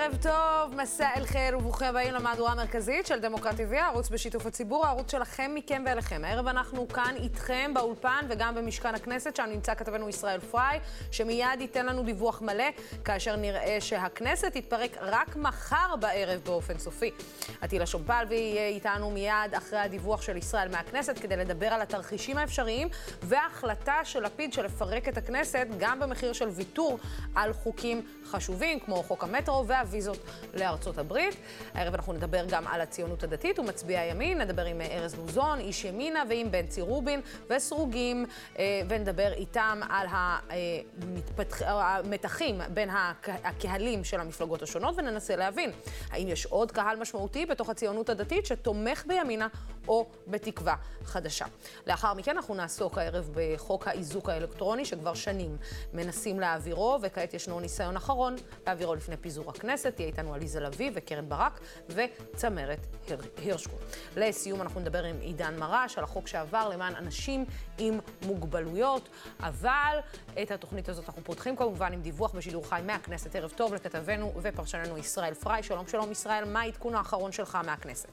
ערב טוב, מסע אל חיר וברוכים הבאים למהדורה המרכזית של דמוקרטי TV, הערוץ בשיתוף הציבור, הערוץ שלכם, מכם ואליכם. הערב אנחנו כאן איתכם באולפן וגם במשכן הכנסת, שם נמצא כתבנו ישראל פריי, שמיד ייתן לנו דיווח מלא, כאשר נראה שהכנסת תתפרק רק מחר בערב באופן סופי. עטילה שומפלבי יהיה איתנו מיד אחרי הדיווח של ישראל מהכנסת, כדי לדבר על התרחישים האפשריים וההחלטה של לפיד של לפרק את הכנסת, גם במחיר של ויתור על חוקים חשובים, כמו חוק המטרו והוויזות לארצות הברית. הערב אנחנו נדבר גם על הציונות הדתית ומצביעי הימין, נדבר עם ארז לוזון, איש ימינה, ועם בנצי רובין וסרוגים, ונדבר איתם על המתחים בין הקהלים של המפלגות השונות, וננסה להבין האם יש עוד קהל משמעותי בתוך הציונות הדתית שתומך בימינה או בתקווה חדשה. לאחר מכן אנחנו נעסוק הערב בחוק האיזוק האלקטרוני, שכבר שנים מנסים להעבירו, וכעת ישנו ניסיון אחרון להעבירו לפני פיזור הכנסת. תהיה איתנו עליזה לביא וקרן ברק וצמרת הירשקו. לסיום אנחנו נדבר עם עידן מרש על החוק שעבר למען אנשים עם מוגבלויות, אבל את התוכנית הזאת אנחנו פותחים כמובן עם דיווח בשידור חי מהכנסת. ערב טוב לכתבנו ופרשננו ישראל פריי. שלום שלום ישראל, מה העדכון האחרון שלך מהכנסת?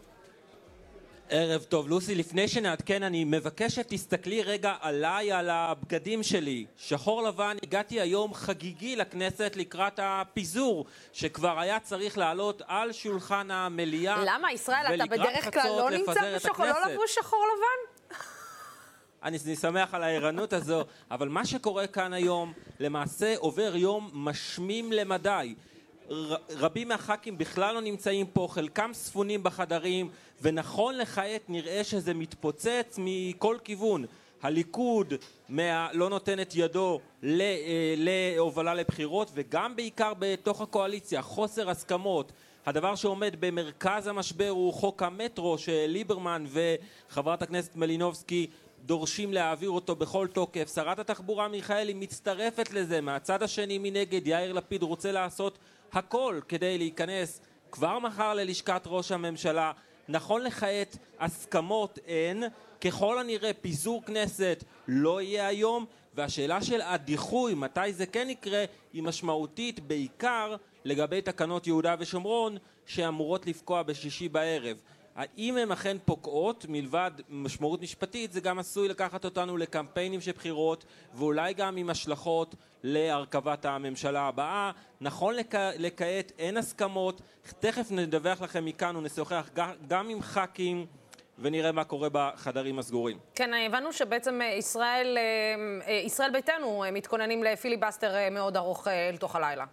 ערב טוב לוסי, לפני שנעדכן אני מבקש שתסתכלי רגע עליי, על הבגדים שלי. שחור לבן, הגעתי היום חגיגי לכנסת לקראת הפיזור שכבר היה צריך לעלות על שולחן המליאה. למה ישראל, אתה בדרך כלל לא נמצא בשחור, לא לבוש שחור לבן? אני שמח על הערנות הזו, אבל מה שקורה כאן היום למעשה עובר יום משמים למדי. רבים מהח"כים בכלל לא נמצאים פה, חלקם ספונים בחדרים, ונכון לכעת נראה שזה מתפוצץ מכל כיוון. הליכוד לא נותן את ידו להובלה לבחירות, וגם בעיקר בתוך הקואליציה, חוסר הסכמות. הדבר שעומד במרכז המשבר הוא חוק המטרו, שליברמן וחברת הכנסת מלינובסקי דורשים להעביר אותו בכל תוקף. שרת התחבורה מיכאלי מצטרפת לזה. מהצד השני מנגד יאיר לפיד רוצה לעשות הכל כדי להיכנס כבר מחר ללשכת ראש הממשלה. נכון לכעת הסכמות אין, ככל הנראה פיזור כנסת לא יהיה היום, והשאלה של הדיחוי, מתי זה כן יקרה, היא משמעותית בעיקר לגבי תקנות יהודה ושומרון שאמורות לפקוע בשישי בערב. האם הן אכן פוקעות, מלבד משמעות משפטית, זה גם עשוי לקחת אותנו לקמפיינים של בחירות, ואולי גם עם השלכות להרכבת הממשלה הבאה. נכון לכעת אין הסכמות, תכף נדווח לכם מכאן ונשוחח גם עם ח"כים, ונראה מה קורה בחדרים הסגורים. כן, הבנו שבעצם ישראל ביתנו מתכוננים לפיליבסטר מאוד ארוך אל תוך הלילה.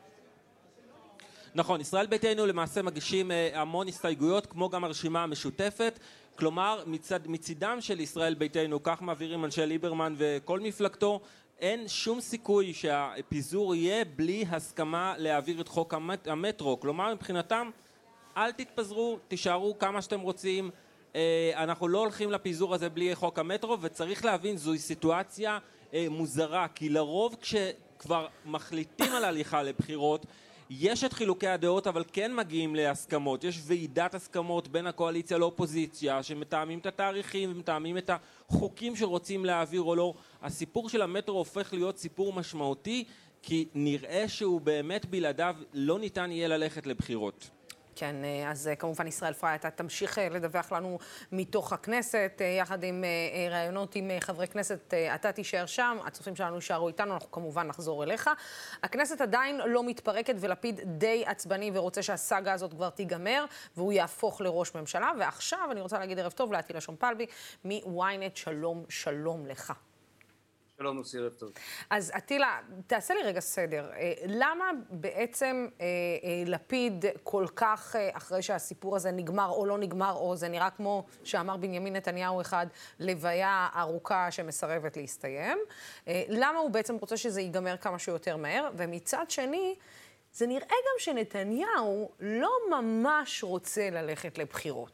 נכון, ישראל ביתנו למעשה מגישים המון הסתייגויות, כמו גם הרשימה המשותפת. כלומר, מצידם של ישראל ביתנו, כך מעבירים אנשי ליברמן וכל מפלגתו, אין שום סיכוי שהפיזור יהיה בלי הסכמה להעביר את חוק המטרו. כלומר, מבחינתם, אל תתפזרו, תישארו כמה שאתם רוצים. אנחנו לא הולכים לפיזור הזה בלי חוק המטרו, וצריך להבין, זוהי סיטואציה מוזרה, כי לרוב כשכבר מחליטים על הליכה לבחירות, יש את חילוקי הדעות, אבל כן מגיעים להסכמות. יש ועידת הסכמות בין הקואליציה לאופוזיציה, שמתאמים את התאריכים ומתאמים את החוקים שרוצים להעביר או לא. הסיפור של המטרו הופך להיות סיפור משמעותי, כי נראה שהוא באמת בלעדיו לא ניתן יהיה ללכת לבחירות. כן, אז כמובן ישראל פריי, אתה תמשיך לדווח לנו מתוך הכנסת, יחד עם רעיונות עם חברי כנסת, אתה תישאר שם, הצופים שלנו יישארו איתנו, אנחנו כמובן נחזור אליך. הכנסת עדיין לא מתפרקת, ולפיד די עצבני ורוצה שהסאגה הזאת כבר תיגמר, והוא יהפוך לראש ממשלה. ועכשיו אני רוצה להגיד ערב טוב לעטילה שומפלבי מ-ynet. שלום, שלום לך. שלום, נוסי, ערב טוב. אז עטילה, תעשה לי רגע סדר. למה בעצם לפיד כל כך, אחרי שהסיפור הזה נגמר או לא נגמר, או זה נראה כמו שאמר בנימין נתניהו אחד, לוויה ארוכה שמסרבת להסתיים, למה הוא בעצם רוצה שזה ייגמר כמה שיותר מהר? ומצד שני, זה נראה גם שנתניהו לא ממש רוצה ללכת לבחירות.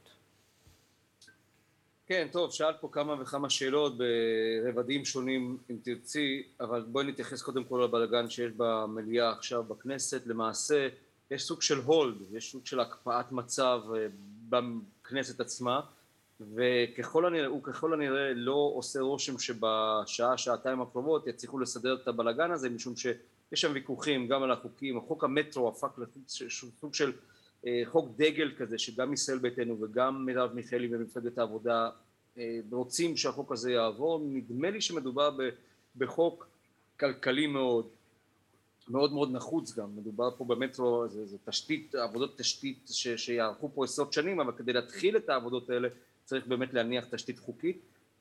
כן, טוב, שאלת פה כמה וכמה שאלות ברבדים שונים אם תרצי, אבל בואי נתייחס קודם כל לבלגן שיש במליאה עכשיו בכנסת. למעשה יש סוג של הולד, יש סוג של הקפאת מצב בכנסת עצמה, הוא ככל הנראה לא עושה רושם שעתיים הקרובות יצליחו לסדר את הבלגן הזה, משום שיש שם ויכוחים גם על החוקים. חוק המטרו הפך לסוג של חוק דגל כזה, שגם ישראל ביתנו וגם מרב מיכאלי ומפלגת העבודה רוצים שהחוק הזה יעבור. נדמה לי שמדובר בחוק כלכלי מאוד מאוד נחוץ גם. מדובר פה במטרו, זה תשתית, עבודות תשתית שיערכו פה עשרות שנים, אבל כדי להתחיל את העבודות האלה צריך באמת להניח תשתית חוקית,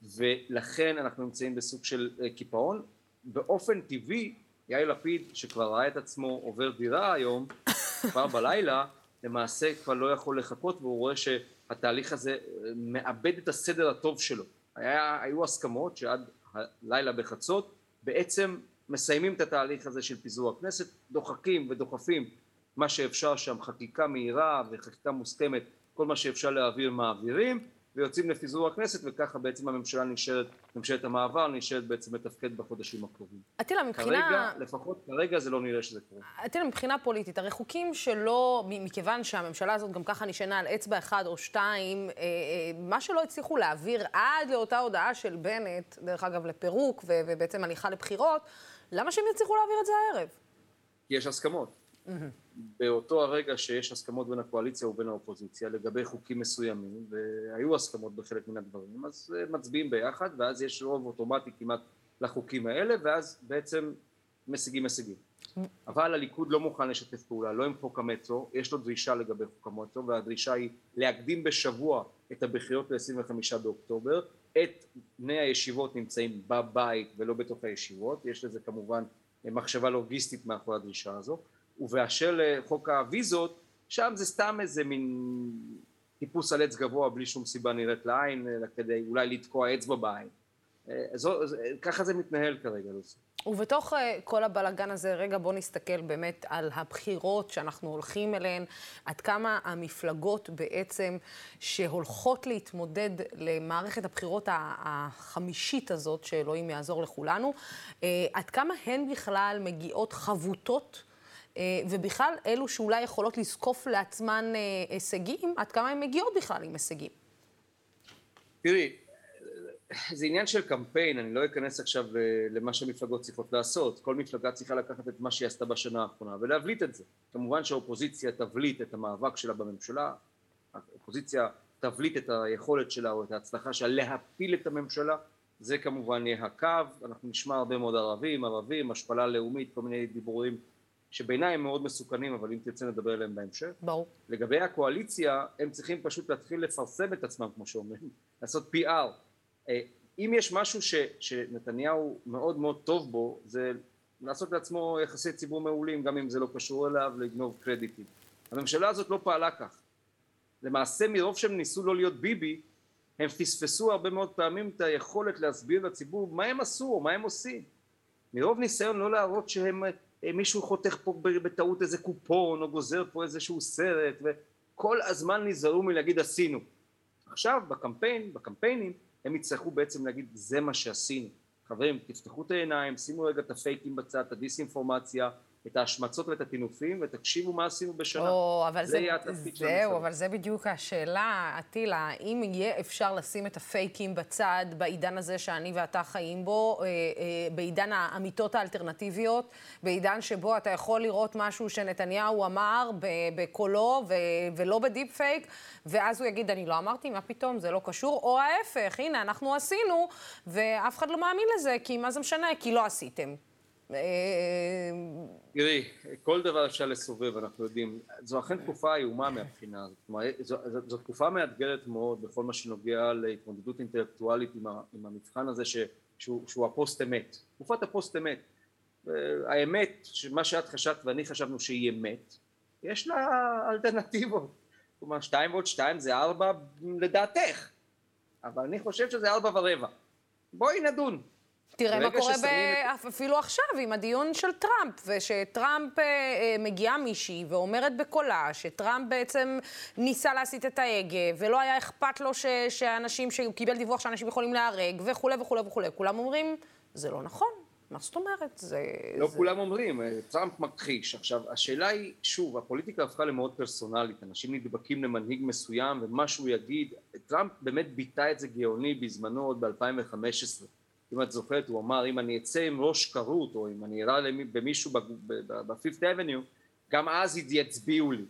ולכן אנחנו נמצאים בסוג של קיפאון. באופן טבעי, יאיר לפיד, שכבר ראה את עצמו עובר דירה היום, כבר בלילה, למעשה כבר לא יכול לחכות, והוא רואה שהתהליך הזה מאבד את הסדר הטוב שלו. היו הסכמות שעד הלילה בחצות, בעצם מסיימים את התהליך הזה של פיזור הכנסת, דוחקים ודוחפים מה שאפשר שם, חקיקה מהירה וחקיקה מוסכמת, כל מה שאפשר להעביר מעבירים, ויוצאים לפיזור הכנסת, וככה בעצם הממשלה נשארת, ממשלת המעבר נשארת בעצם לתפקד בחודשים הקרובים. אטילה, מבחינה... לפחות כרגע זה לא נראה שזה קורה. אטילה, מבחינה פוליטית, הרי חוקים שלא, מכיוון שהממשלה הזאת גם ככה נשענה על אצבע אחד או שתיים, מה שלא הצליחו להעביר עד לאותה הודעה של בנט, דרך אגב לפירוק ובעצם הליכה לבחירות, למה שהם יצליחו להעביר את זה הערב? כי יש הסכמות. באותו הרגע שיש הסכמות בין הקואליציה ובין האופוזיציה לגבי חוקים מסוימים, והיו הסכמות בחלק מן הדברים, אז מצביעים ביחד, ואז יש רוב אוטומטי כמעט לחוקים האלה, ואז בעצם משיגים. אבל הליכוד לא מוכן לשתף פעולה, לא עם חוק המטרו, יש לו דרישה לגבי חוק המטרו, והדרישה היא להקדים בשבוע את הבחירות ל-25 באוקטובר, את בני הישיבות נמצאים בבית ולא בתוך הישיבות, יש לזה כמובן מחשבה לוגיסטית מאחורי הדרישה הזו, ובאשר לחוק הוויזות, שם זה סתם איזה מין טיפוס על עץ גבוה בלי שום סיבה נראית לעין, אלא כדי אולי לתקוע אצבע בעין. ככה זה מתנהל כרגע, לוסי. ובתוך כל הבלגן הזה, רגע בוא נסתכל באמת על הבחירות שאנחנו הולכים אליהן, עד כמה המפלגות בעצם שהולכות להתמודד למערכת הבחירות החמישית הזאת, שאלוהים יעזור לכולנו, עד כמה הן בכלל מגיעות חבוטות, ובכלל אלו שאולי יכולות לזקוף לעצמן הישגים, עד כמה הן מגיעות בכלל עם הישגים? תראי, זה עניין של קמפיין, אני לא אכנס עכשיו למה שהמפלגות צריכות לעשות. כל מפלגה צריכה לקחת את מה שהיא עשתה בשנה האחרונה ולהבליט את זה. כמובן שהאופוזיציה תבליט את המאבק שלה בממשלה, האופוזיציה תבליט את היכולת שלה או את ההצלחה שלה להפיל את הממשלה, זה כמובן יהיה הקו. אנחנו נשמע הרבה מאוד ערבים, השפלה לאומית, כל מיני דיבורים שבעיניי הם מאוד מסוכנים, אבל אם תרצה נדבר עליהם בהמשך. ברור. לגבי הקואליציה, הם צריכים פשוט להתחיל לפרסם את עצמם, כמו שאומרים, לעשות PR. אם יש משהו שנתניהו מאוד מאוד טוב בו, זה לעשות לעצמו יחסי ציבור מעולים, גם אם זה לא קשור אליו, לגנוב קרדיטים. הממשלה הזאת לא פעלה כך. למעשה, מרוב שהם ניסו לא להיות ביבי, הם פספסו הרבה מאוד פעמים את היכולת להסביר לציבור מה הם עשו או מה הם עושים. מרוב ניסיון לא להראות שהם מישהו חותך פה בטעות איזה קופון או גוזר פה איזשהו סרט, וכל הזמן נזהרו מלהגיד עשינו. עכשיו בקמפיינים הם יצטרכו בעצם להגיד זה מה שעשינו. חברים, תפתחו את העיניים, שימו רגע את הפייקים בצד, את הדיסאינפורמציה, את ההשמצות ואת הטינופים, ותקשיבו מה עשינו בשנה. אבל זה בדיוק השאלה, אטילה, האם יהיה אפשר לשים את הפייקים בצד בעידן הזה שאני ואתה חיים בו, בעידן האמיתות האלטרנטיביות, בעידן שבו אתה יכול לראות משהו שנתניהו אמר בקולו ולא בדיפ פייק, ואז הוא יגיד, אני לא אמרתי, מה פתאום, זה לא קשור, או ההפך, הנה, אנחנו עשינו, ואף אחד לא מאמין לזה, כי מה זה משנה, כי לא עשיתם. תראי, כל דבר אפשר לסובב, אנחנו יודעים, זו אכן תקופה איומה מהבחינה הזאת, זו תקופה מאתגרת מאוד בכל מה שנוגע להתמודדות אינטלקטואלית עם המבחן הזה שהוא הפוסט אמת, תקופת הפוסט אמת. האמת, מה שאת חשבת ואני חשבנו שהיא אמת, יש לה אלטרנטיבות, כלומר 2 ועוד 2 זה 4 לדעתך, אבל אני חושב שזה 4.25, בואי נדון. תראה מה קורה אפילו עכשיו עם הדיון של טראמפ, ושטראמפ מגיעה מישהי ואומרת בקולה שטראמפ בעצם ניסה להסיט את ההגה, ולא היה אכפת לו שהוא קיבל דיווח שאנשים יכולים להרג, וכו' וכו' וכו'. כולם אומרים, זה לא נכון. מה זאת אומרת? לא כולם אומרים, טראמפ מכחיש. עכשיו, השאלה היא, שוב, הפוליטיקה הפכה למאוד פרסונלית, אנשים נדבקים למנהיג מסוים, ומה שהוא יגיד, טראמפ באמת ביטא את זה גאוני בזמנו עוד ב-2015. אם את זוכרת, הוא אמר, אם אני אצא עם ראש כרות, או אם אני אראה במישהו ב-Fifth Avenue, גם אז יצביעו לי.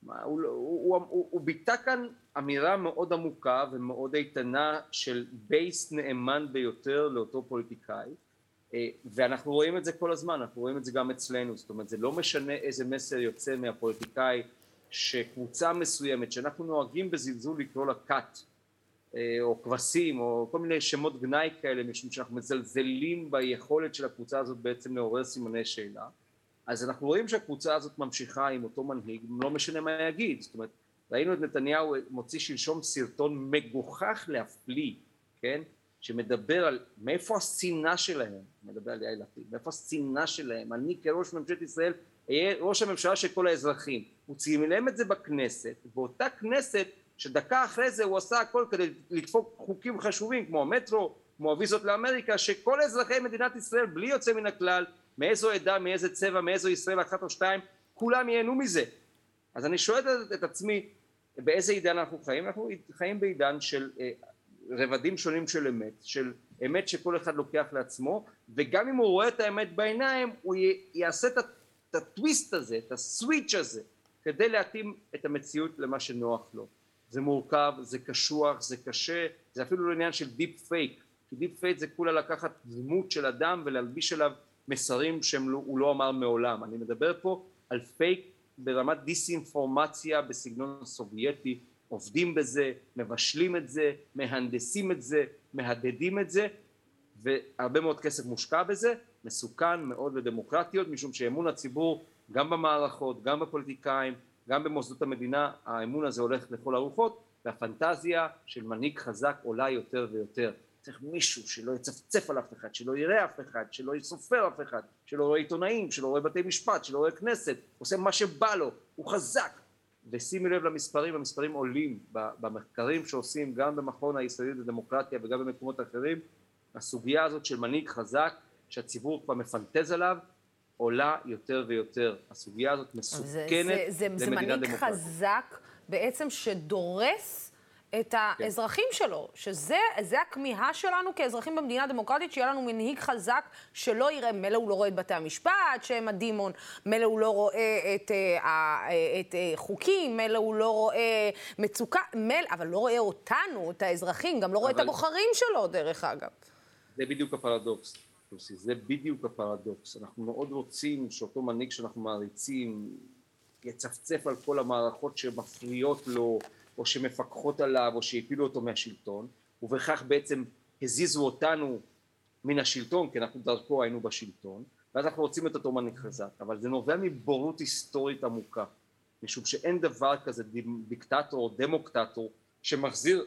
הוא ביטא כאן אמירה מאוד עמוקה ומאוד איתנה של בייס נאמן ביותר לאותו פוליטיקאי, ואנחנו רואים את זה כל הזמן, אנחנו רואים את זה גם אצלנו, זאת אומרת זה לא משנה איזה מסר יוצא מהפוליטיקאי, שקבוצה מסוימת שאנחנו נוהגים בזלזול לקרוא לה קאט או כבשים או כל מיני שמות גנאי כאלה, משום שאנחנו מזלזלים ביכולת של הקבוצה הזאת בעצם לעורר סימני שאלה, אז אנחנו רואים שהקבוצה הזאת ממשיכה עם אותו מנהיג, לא משנה מה יגיד, זאת אומרת ראינו את נתניהו מוציא שלשום סרטון מגוחך להפליא, כן? שמדבר על מאיפה השנאה שלהם, מדבר על יאיר לפיד, מאיפה השנאה שלהם, אני כראש ממשלת ישראל אהיה ראש הממשלה של כל האזרחים, הוא צילם את זה בכנסת, באותה כנסת שדקה אחרי זה הוא עשה הכל כדי לדפוק חוקים חשובים כמו המטרו, כמו הוויזות לאמריקה, שכל אזרחי מדינת ישראל בלי יוצא מן הכלל, מאיזו עדה, מאיזה צבע, מאיזו ישראל אחת או שתיים, כולם ייהנו מזה. אז אני שואל את עצמי, באיזה עידן אנחנו חיים? אנחנו חיים בעידן של רבדים שונים של אמת שכל אחד לוקח לעצמו, וגם אם הוא רואה את האמת בעיניים, הוא יעשה את הטוויסט הזה, את הסוויץ' הזה, כדי להתאים את המציאות למה שנוח לו. זה מורכב, זה קשוח, זה קשה, זה אפילו לא עניין של דיפ פייק, כי דיפ פייק זה כולה לקחת דמות של אדם ולהלביש עליו מסרים שהוא לא אמר מעולם. אני מדבר פה על פייק ברמת דיסאינפורמציה בסגנון הסובייטי, עובדים בזה, מבשלים את זה, מהנדסים את זה, מהדדים את זה, והרבה מאוד כסף מושקע בזה, מסוכן מאוד לדמוקרטיות, משום שאמון הציבור גם במערכות, גם בפוליטיקאים, גם במוסדות המדינה, האמון הזה הולך לכל הרוחות, והפנטזיה של מנהיג חזק עולה יותר ויותר. צריך מישהו שלא יצפצף על אף אחד, שלא יראה אף אחד, שלא יסופר אף אחד, שלא רואה עיתונאים, שלא רואה בתי משפט, שלא רואה כנסת, עושה מה שבא לו, הוא חזק. ושימי לב למספרים, המספרים עולים במחקרים שעושים גם במכון הישראלי לדמוקרטיה וגם במקומות אחרים, הסוגיה הזאת של מנהיג חזק, שהציבור כבר מפנטז עליו, עולה יותר ויותר. הסוגיה הזאת מסוכנת למדינה דמוקרטית. זה מנהיג חזק בעצם שדורס את האזרחים שלו, שזה הכמיהה שלנו כאזרחים במדינה דמוקרטית, שיהיה לנו מנהיג חזק שלא יראה, מלא הוא לא רואה את בתי המשפט שהם הדימון, מלא הוא לא רואה את חוקים, מלא הוא לא רואה מצוקה, אבל לא רואה אותנו, את האזרחים, גם לא רואה את הבוחרים שלו דרך אגב. זה בדיוק הפרדוקס, זה בדיוק הפרדוקס. אנחנו מאוד רוצים שאותו מנהיג שאנחנו מעריצים יצפצף על כל המערכות שמפריעות לו, או שמפקחות עליו, או שהפילו אותו מהשלטון, ובכך בעצם הזיזו אותנו מן השלטון, כי אנחנו דרכו היינו בשלטון, ואז אנחנו רוצים את אותו מנהיג חזק, אבל זה נובע מבורות היסטורית עמוקה, משום שאין דבר כזה דיקטטור או דמוקטטור שמחזיר,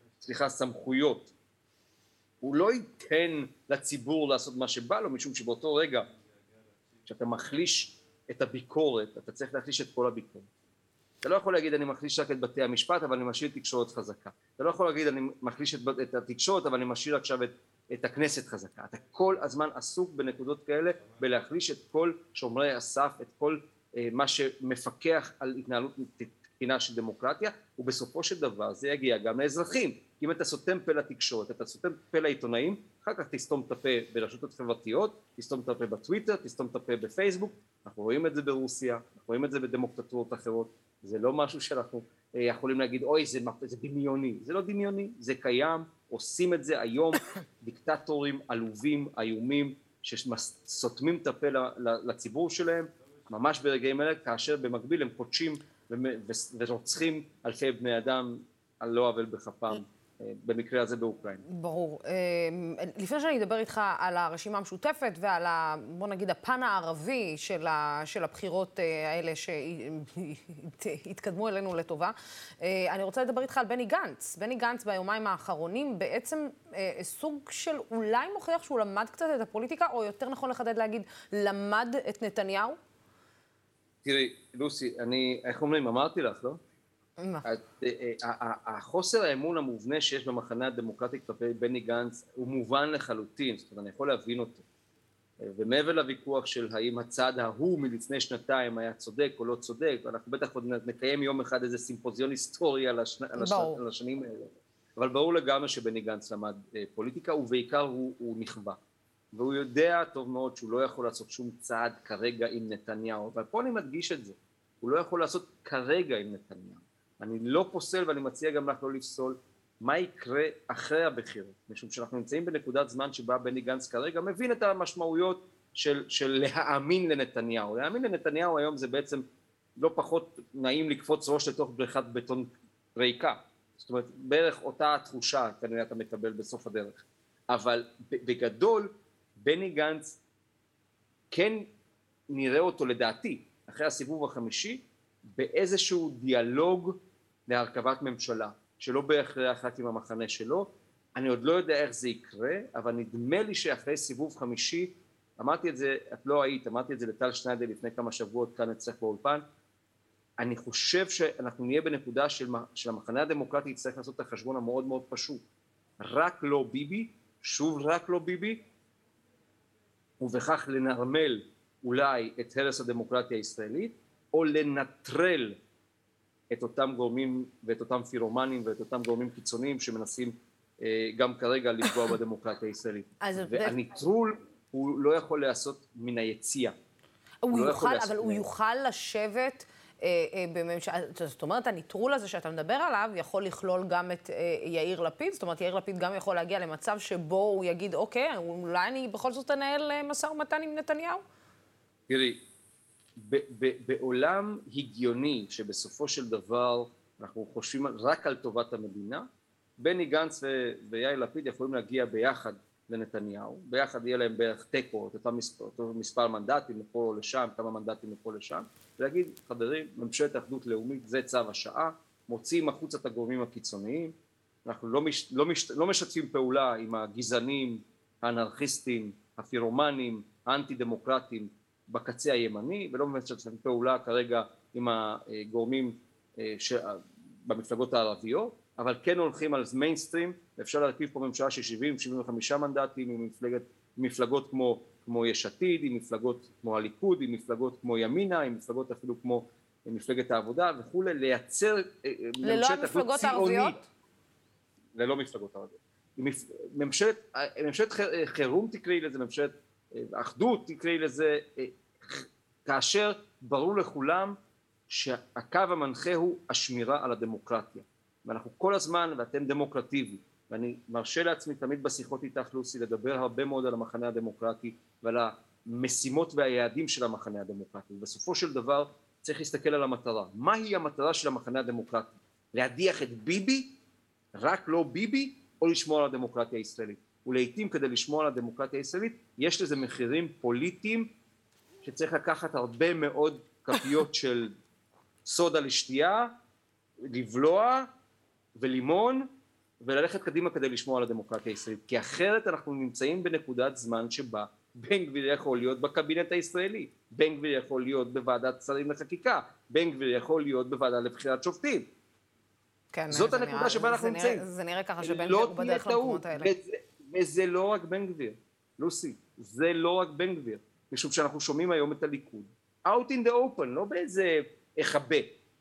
סמכויות. הוא לא ייתן לציבור לעשות מה שבא לו, משום שבאותו רגע, כשאתה מחליש את הביקורת, אתה צריך להחליש את כל הביקורת. אתה לא יכול להגיד אני מחליש רק את בתי המשפט אבל אני משאיר תקשורת חזקה. אתה לא יכול להגיד אני מחליש את התקשורת אבל אני משאיר עכשיו את הכנסת חזקה. אתה כל הזמן עסוק בנקודות כאלה בלהחליש את כל שומרי הסף, את כל מה שמפקח על התנהלות תקינה של דמוקרטיה, ובסופו של דבר זה יגיע גם לאזרחים. אם אתה סותם פה לתקשורת, אתה סותם פה לעיתונאים, אחר כך תסתום את הפה ברשתות חברתיות, תסתום את הפה בטוויטר, תסתום את הפה בפייסבוק. אנחנו רואים את זה ברוסיה, אנחנו רואים את זה בדמוקרטורות אחרות. זה לא משהו שאנחנו יכולים להגיד, אוי, זה דמיוני. זה לא דמיוני, זה קיים, עושים את זה היום, דיקטטורים עלובים, איומים, שסותמים את הפה לציבור שלהם, ממש ברגעים אלה, כאשר במקביל הם קודשים ורוצחים אלפי בני אדם על לא עוול בכפם, במקרה הזה באוקראינה. ברור. לפני שאני אדבר איתך על הרשימה המשותפת ועל, בוא נגיד, הפן הערבי של הבחירות האלה שהתקדמו אלינו לטובה, אני רוצה לדבר איתך על בני גנץ. בני גנץ ביומיים האחרונים בעצם סוג של אולי מוכיח שהוא למד קצת את הפוליטיקה, או יותר נכון לחדד להגיד, למד את נתניהו? תראי, לוסי, איך אומרים, אמרתי לך, לא? החוסר האמון המובנה שיש במחנה הדמוקרטי כלפי בני גנץ הוא מובן לחלוטין, זאת אומרת אני יכול להבין אותו, ומעבר לוויכוח של האם הצעד ההוא מלפני שנתיים היה צודק או לא צודק, אנחנו בטח עוד נקיים יום אחד איזה סימפוזיון היסטורי על השנים האלה. אבל ברור לגמרי שבני גנץ למד פוליטיקה, ובעיקר הוא נכווה. והוא יודע טוב מאוד שהוא לא יכול לעשות שום צעד כרגע עם נתניהו, אבל פה אני מדגיש את זה, הוא לא יכול לעשות כרגע עם נתניהו. אני לא פוסל ואני מציע גם לך לא לפסול מה יקרה אחרי הבחירות, משום שאנחנו נמצאים בנקודת זמן שבה בני גנץ כרגע מבין את המשמעויות של להאמין לנתניהו. להאמין לנתניהו היום זה בעצם לא פחות נעים לקפוץ ראש לתוך בריכת בטון ריקה. זאת אומרת, בערך אותה התחושה כנראה אתה מקבל בסוף הדרך. אבל בגדול, בני גנץ כן נראה אותו לדעתי, אחרי הסיבוב החמישי, באיזשהו דיאלוג להרכבת ממשלה, שלא בהכרח רק עם המחנה שלו. אני עוד לא יודע איך זה יקרה, אבל נדמה לי שאחרי סיבוב חמישי, אמרתי את זה, את לא היית, אמרתי את זה לטל שניידר לפני כמה שבועות כאן אצלך באולפן, אני חושב שאנחנו נהיה בנקודה של המחנה הדמוקרטי יצטרך לעשות את החשבון המאוד מאוד פשוט. רק לא ביבי, שוב רק לא ביבי, ובכך לנרמל אולי את הרס הדמוקרטיה הישראלית, או לנטרל את אותם גורמים ואת אותם פירומנים ואת אותם גורמים קיצוניים שמנסים גם כרגע לפגוע בדמוקרטיה הישראלית. והניטרול הוא לא יכול לעשות מן היציאה. אבל הוא יוכל לשבת בממשלה, זאת אומרת, הניטרול הזה שאתה מדבר עליו יכול לכלול גם את יאיר לפיד, זאת אומרת, יאיר לפיד גם יכול להגיע למצב שבו הוא יגיד, אוקיי, אולי אני בכל זאת אנהל משא ומתן עם נתניהו? תראי, בעולם הגיוני שבסופו של דבר אנחנו חושבים רק על טובת המדינה, בני גנץ ויאיר לפיד יכולים להגיע ביחד לנתניהו, ביחד יהיה להם בערך טקו, אותו מספר מנדטים לפה או לשם, כמה מנדטים לפה לשם, ולהגיד, חברים, ממשלת אחדות לאומית, זה צו השעה, מוציאים החוצה את הגורמים הקיצוניים, אנחנו לא משתפים פעולה עם הגזענים, האנרכיסטים, הפירומנים, האנטי דמוקרטים בקצה הימני, ולא משתפים פעולה כרגע עם הגורמים במפלגות הערביות, אבל כן הולכים על מיינסטרים, ואפשר להרכיב פה ממשלה של 70-75 מנדטים, עם מפלגות כמו יש עתיד, עם מפלגות כמו הליכוד, עם מפלגות כמו ימינה, עם מפלגות אפילו כמו מפלגת העבודה וכו', לייצר ממשלת אחדות ציונית. ללא מפלגות ערביות. ממשלת חירום תקראי לזה, ממשלת אחדות תקראי לזה, כאשר ברור לכולם שהקו המנחה הוא השמירה על הדמוקרטיה. ואנחנו כל הזמן, ואתם דמוקרטיבי, ואני מרשה לעצמי תמיד בשיחות איתך לוסי לדבר הרבה מאוד על המחנה הדמוקרטי ועל המשימות והיעדים של המחנה הדמוקרטי. ובסופו של דבר צריך להסתכל על המטרה. מהי המטרה של המחנה הדמוקרטי? להדיח את ביבי, רק לא ביבי, או לשמור על הדמוקרטיה הישראלית. ולעיתים כדי לשמור על הדמוקרטיה הישראלית יש לזה מחירים פוליטיים שצריך לקחת הרבה מאוד כפיות של סודה לשתייה, לבלוע ולימון וללכת קדימה כדי לשמור על הדמוקרטיה הישראלית, כי אחרת אנחנו נמצאים בנקודת זמן שבה בן גביר יכול להיות בקבינט הישראלי, בן גביר יכול להיות בוועדת שרים לחקיקה, בן גביר יכול להיות בוועדה לבחירת שופטים. כן, זאת הנקודה שבה אנחנו נמצאים. זה נראה ככה שבן גביר הוא בדרך למקומות האלה. וזה לא רק בן גביר, לוסי, זה לא רק בן גביר, משום שאנחנו שומעים היום את הליכוד, out in the open, לא באיזה החבא,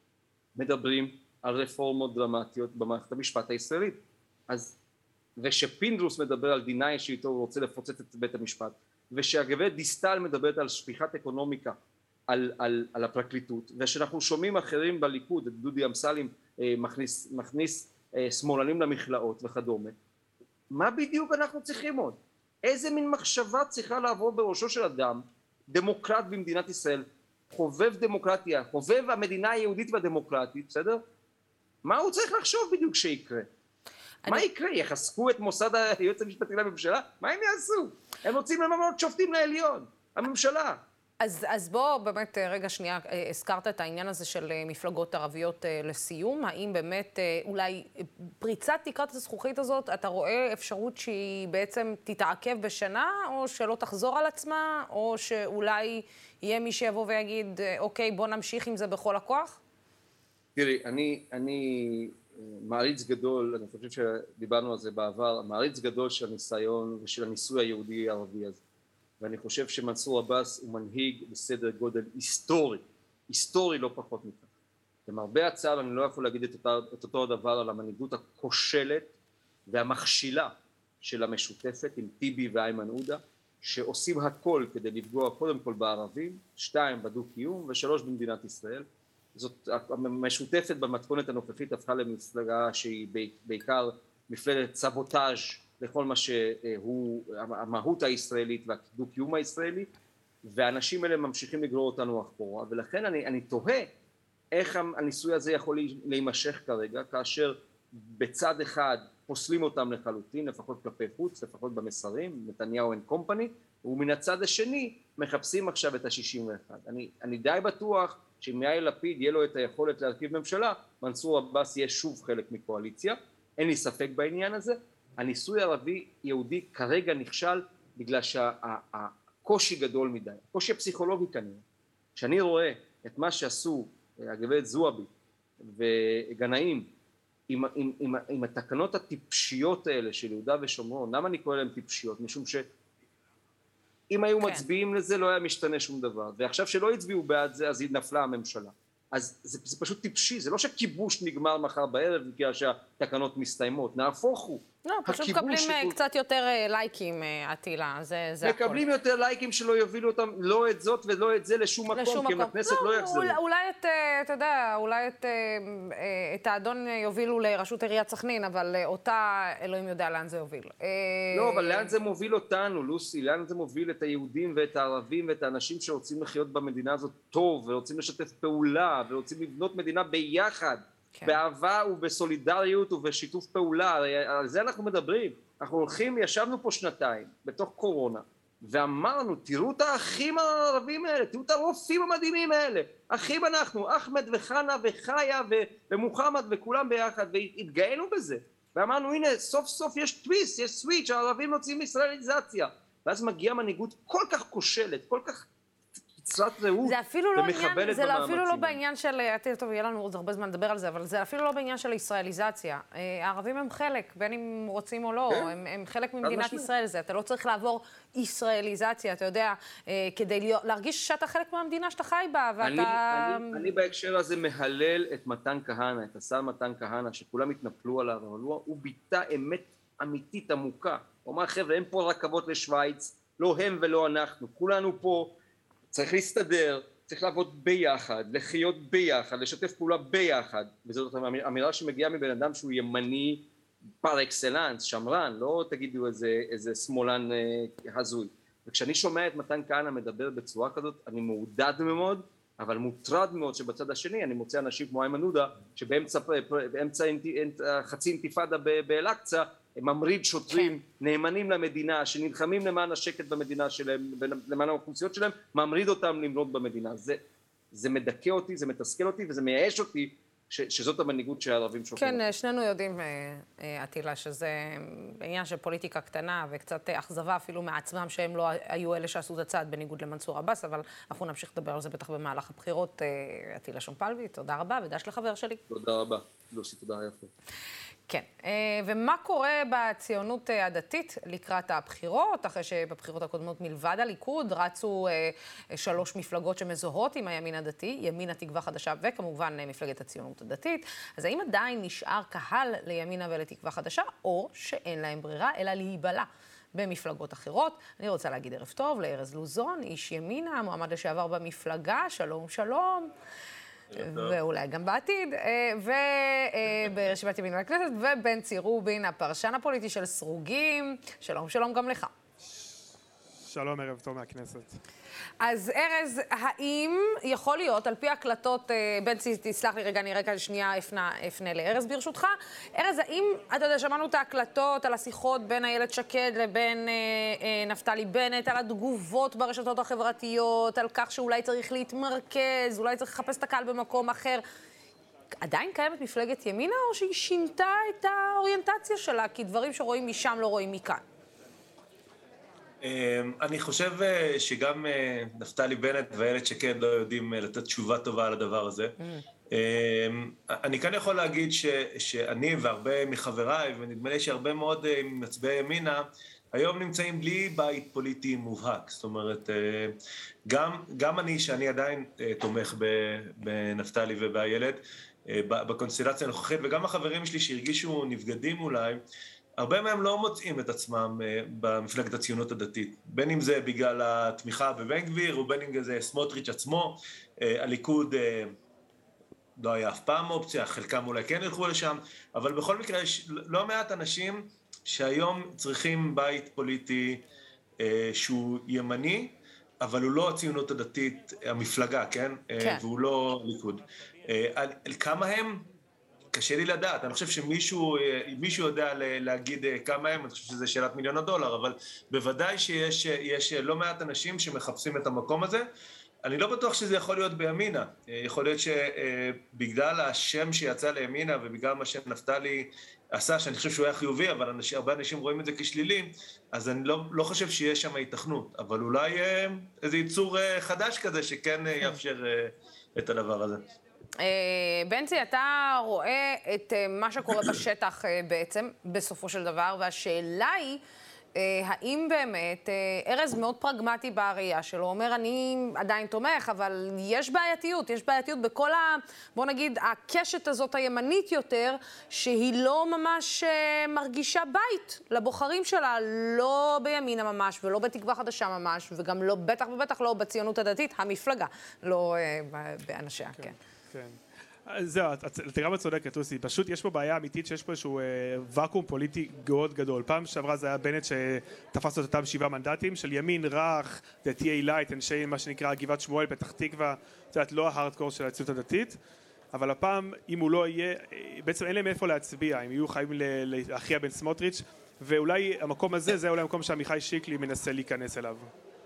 מדברים על רפורמות דרמטיות במערכת המשפט הישראלית. אז, ושפינדרוס מדבר על דיני שאיתו הוא רוצה לפוצץ את בית המשפט, ושהגברת דיסטל מדברת על שפיכת אקונומיקה על הפרקליטות, ושאנחנו שומעים אחרים בליכוד, את דודי אמסלם מכניס שמאלנים למכלאות וכדומה. מה בדיוק אנחנו צריכים עוד? איזה מין מחשבה צריכה לעבור בראשו של אדם, דמוקרט במדינת ישראל, חובב דמוקרטיה, חובב המדינה היהודית והדמוקרטית, בסדר? מה הוא צריך לחשוב בדיוק שיקרה? מה יקרה? יחזקו את מוסד היועץ המשפטי לממשלה? מה הם יעשו? הם רוצים למנות שופטים לעליון, הממשלה. אז בוא באמת רגע שנייה, הזכרת את העניין הזה של מפלגות ערביות לסיום. האם באמת אולי פריצת תקרת הזכוכית הזאת, אתה רואה אפשרות שהיא בעצם תתעכב בשנה, או שלא תחזור על עצמה, או שאולי יהיה מי שיבוא ויגיד, אוקיי, בוא נמשיך עם זה בכל הכוח? תראי, אני מעריץ גדול, אני חושב שדיברנו על זה בעבר, מעריץ גדול של הניסיון ושל הניסוי היהודי-ערבי הזה. ואני חושב שמנסור עבאס הוא מנהיג בסדר גודל היסטורי לא פחות מכך. למרבה הצער אני לא יכול להגיד את אותו הדבר על המנהיגות הכושלת והמכשילה של המשותפת עם טיבי ואיימן עודה, שעושים הכל כדי לפגוע קודם כל בערבים, 2 בדו-קיום ו3 במדינת ישראל. זאת המשותפת במתכונת הנוכחית הפכה למפלגה שהיא בעיקר מפלגת סבוטאז' לכל מה שהוא המהות הישראלית והדו-קיום הישראלי, והאנשים האלה ממשיכים לגרור אותנו אחורה, ולכן אני תוהה איך הניסוי הזה יכול להימשך כרגע, כאשר בצד אחד פוסלים אותם לחלוטין, לפחות כלפי חוץ, לפחות במסרים, נתניהו and company, ומן הצד השני מחפשים עכשיו את ה-61. אני די בטוח שאם יאיר לפיד יהיה לו את היכולת להרכיב ממשלה, מנסור עבאס יהיה שוב חלק מקואליציה, אין לי ספק בעניין הזה. הניסוי הערבי יהודי כרגע נכשל בגלל שהקושי גדול מדי, הקושי הפסיכולוגי כנראה. כשאני רואה את מה שעשו הגברת זועבי וגנאים עם התקנות הטיפשיות האלה של יהודה ושומרון, למה אני קורא להם טיפשיות? משום שאם היו מצביעים לזה לא היה משתנה שום דבר, ועכשיו שלא הצביעו בעד זה אז היא נפלה הממשלה. אז זה פשוט טיפשי, זה לא שכיבוש נגמר מחר בערב בגלל שהתקנות מסתיימות, נהפוך הוא. לא, פשוט מקבלים קצת יותר לייקים, עטילה, זה הכל. מקבלים יותר לייקים שלא יובילו אותם, לא את זאת ולא את זה לשום מקום, כי הם לכנסת לא יחזרו. אולי אתה יודע, אולי את האדון יובילו לראשות עיריית סכנין, אבל אותה אלוהים יודע לאן זה יוביל. לא, אבל לאן זה מוביל אותנו, לוסי? לאן זה מוביל את היהודים ואת הערבים ואת האנשים שרוצים לחיות במדינה הזאת טוב, ורוצים לשתף פעולה, ורוצים לבנות מדינה ביחד. כן. באהבה ובסולידריות ובשיתוף פעולה, על זה אנחנו מדברים. אנחנו הולכים, ישבנו פה 2 בתוך קורונה, ואמרנו, תראו את האחים הערבים האלה, תראו את הרופאים המדהימים האלה, אחים אנחנו, אחמד וחנה וחיה ומוחמד וכולם ביחד, והתגאינו בזה. ואמרנו, הנה, סוף סוף יש טוויסט, יש סוויץ', הערבים יוצאים מישראליזציה. ואז מגיעה מנהיגות כל כך כושלת, כל כך קצרת ראות ומחבלת זה אפילו לא בעניין של, טוב, יהיה לנו עוד הרבה זמן לדבר על זה, אבל זה אפילו לא בעניין של ישראליזציה. הערבים הם חלק, בין אם רוצים או לא, הם חלק ממדינת ישראל. אתה לא צריך לעבור ישראליזציה, אתה יודע, כדי להרגיש שאתה חלק מהמדינה שאתה חי בה, ואתה... אני בהקשר הזה מהלל את מתן כהנא, את השר מתן כהנא, שכולם התנפלו עליו, אבל הוא ביטא אמת אמיתית עמוקה. הוא אמר, חבר'ה, אין פה רכבות לשוויץ, לא הם ולא אנחנו, כולנו פה, צריך להסתדר, צריך לעבוד ביחד, לחיות ביחד, לשתף פעולה ביחד, וזאת אמירה שמגיעה מבן אדם שהוא ימני פר אקסלנס, שמרן, לא תגידו איזה שמאלן הזוי. וכשאני שומע את מתן כהנא מדבר בצורה כזאת, אני מעודד מאוד, אבל מוטרד מאוד שבצד השני אני מוצא אנשים כמו איימן עודה, שבאמצע חצי אינתיפאדה באל-אקצא, הם ממריד שוטרים נאמנים למדינה, שנלחמים למען השקט במדינה שלהם, למען האוכלוסיות שלהם, ממריד אותם למנות במדינה. זה מדכא אותי, זה מתסכל אותי, וזה מייאש אותי שזאת המנהיגות שהערבים שופטים. כן, שנינו יודעים, עטילה, שזה עניין של פוליטיקה קטנה, וקצת אכזבה אפילו מעצמם, שהם לא היו אלה שעשו את הצעד בניגוד למנסור עבאס, אבל אנחנו נמשיך לדבר על זה בטח במהלך הבחירות. עטילה שומפלבי, תודה רבה, ודש לחבר שלי. תודה רבה, לוסי, תודה יפה. כן, ומה קורה בציונות הדתית לקראת הבחירות, אחרי שבבחירות הקודמות מלבד הליכוד רצו 3 מפלגות שמזוהות עם הימין הדתי, ימין התקווה חדשה וכמובן מפלגת הציונות הדתית, אז האם עדיין נשאר קהל לימינה ולתקווה חדשה, או שאין להם ברירה אלא להיבלע במפלגות אחרות? אני רוצה להגיד ערב טוב לארז לוזון, איש ימינה, מועמד לשעבר במפלגה, שלום שלום. ואולי גם בעתיד, וברשימת ימין לכנסת, ובנצי רובין, הפרשן הפוליטי של סרוגים. שלום, שלום גם לך. שלום, ערב טוב מהכנסת. אז ארז, האם יכול להיות, על פי הקלטות, בנצי, תסלח לי רגע, אני רגע שנייה אפנה לארז ברשותך. ארז, האם, אתה יודע, שמענו את ההקלטות על השיחות בין איילת שקד לבין נפתלי בנט, על התגובות ברשתות החברתיות, על כך שאולי צריך להתמרכז, אולי צריך לחפש את הקהל במקום אחר. עדיין קיימת מפלגת ימינה, או שהיא שינתה את האוריינטציה שלה, כי דברים שרואים משם לא רואים מכאן? אני חושב שגם נפתלי בנט ואיילת שקד לא יודעים לתת תשובה טובה על הדבר הזה. אני כאן יכול להגיד שאני והרבה מחבריי, ונדמה לי שהרבה מאוד מצביעי ימינה, היום נמצאים בלי בית פוליטי מובהק. זאת אומרת, גם אני, שאני עדיין תומך בנפתלי ובאיילת, בקונסטלציה הנוכחית, וגם החברים שלי שהרגישו נבגדים אולי, הרבה מהם לא מוצאים את עצמם במפלגת הציונות הדתית. בין אם זה בגלל התמיכה בבן גביר, או בין אם זה סמוטריץ' עצמו. הליכוד לא היה אף פעם אופציה, חלקם אולי כן ילכו לשם, אבל בכל מקרה יש לא מעט אנשים שהיום צריכים בית פוליטי שהוא ימני, אבל הוא לא הציונות הדתית, המפלגה, כן? כן. והוא לא ליכוד. כמה הם? קשה לי לדעת. אני חושב שמישהו יודע להגיד כמה הם, אני חושב שזה שאלת $1,000,000, אבל בוודאי שיש לא מעט אנשים שמחפשים את המקום הזה. אני לא בטוח שזה יכול להיות בימינה. יכול להיות שבגלל השם שיצא לימינה ובגלל מה שנפתלי עשה, שאני חושב שהוא היה חיובי, אבל הרבה אנשים רואים את זה כשלילי, אז אני לא חושב שיש שם התכנות. אבל אולי איזה ייצור חדש כזה שכן יאפשר את הדבר הזה. בנצי, אתה רואה את מה שקורה בשטח בעצם, בסופו של דבר, והשאלה היא, האם באמת, ארז מאוד פרגמטי בראייה שלו, אומר, אני עדיין תומך, אבל יש בעייתיות בכל בוא נגיד, הקשת הזאת הימנית יותר, שהיא לא ממש מרגישה בית לבוחרים שלה, לא בימינה ממש, ולא בתקווה חדשה ממש, וגם לא, בטח ובטח לא בציונות הדתית, המפלגה, לא באנשיה, כן. כן. זהו, אתה גם צודקת, לוסי. פשוט יש פה בעיה אמיתית שיש פה איזשהו ואקום פוליטי מאוד גדול. פעם שעברה זה היה בנט שתפס את אותם 7 מנדטים של ימין רך, דתיי לייט, אנשי מה שנקרא גבעת שמואל, פתח תקווה, זאת אומרת, לא ההארדקור של הציונות הדתית. אבל הפעם, אם הוא לא יהיה, בעצם אין להם איפה להצביע, הם יהיו חייבים להכריע בין סמוטריץ', ואולי המקום הזה, זה אולי המקום שעמיחי שיקלי מנסה להיכנס אליו.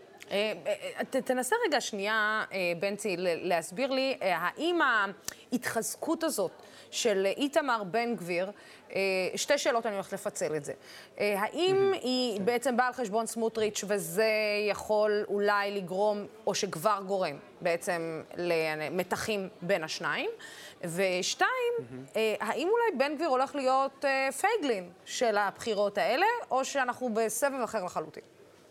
תנסה רגע שנייה, בנצי, להסביר לי, האם ההתחזקות הזאת של איתמר בן גביר, שתי שאלות אני הולכת לפצל את זה. האם היא בעצם באה על חשבון סמוטריץ' וזה יכול אולי לגרום, או שכבר גורם, בעצם למתחים בין השניים? ושתיים, האם אולי בן גביר הולך להיות פייגלין של הבחירות האלה, או שאנחנו בסבב אחר לחלוטין?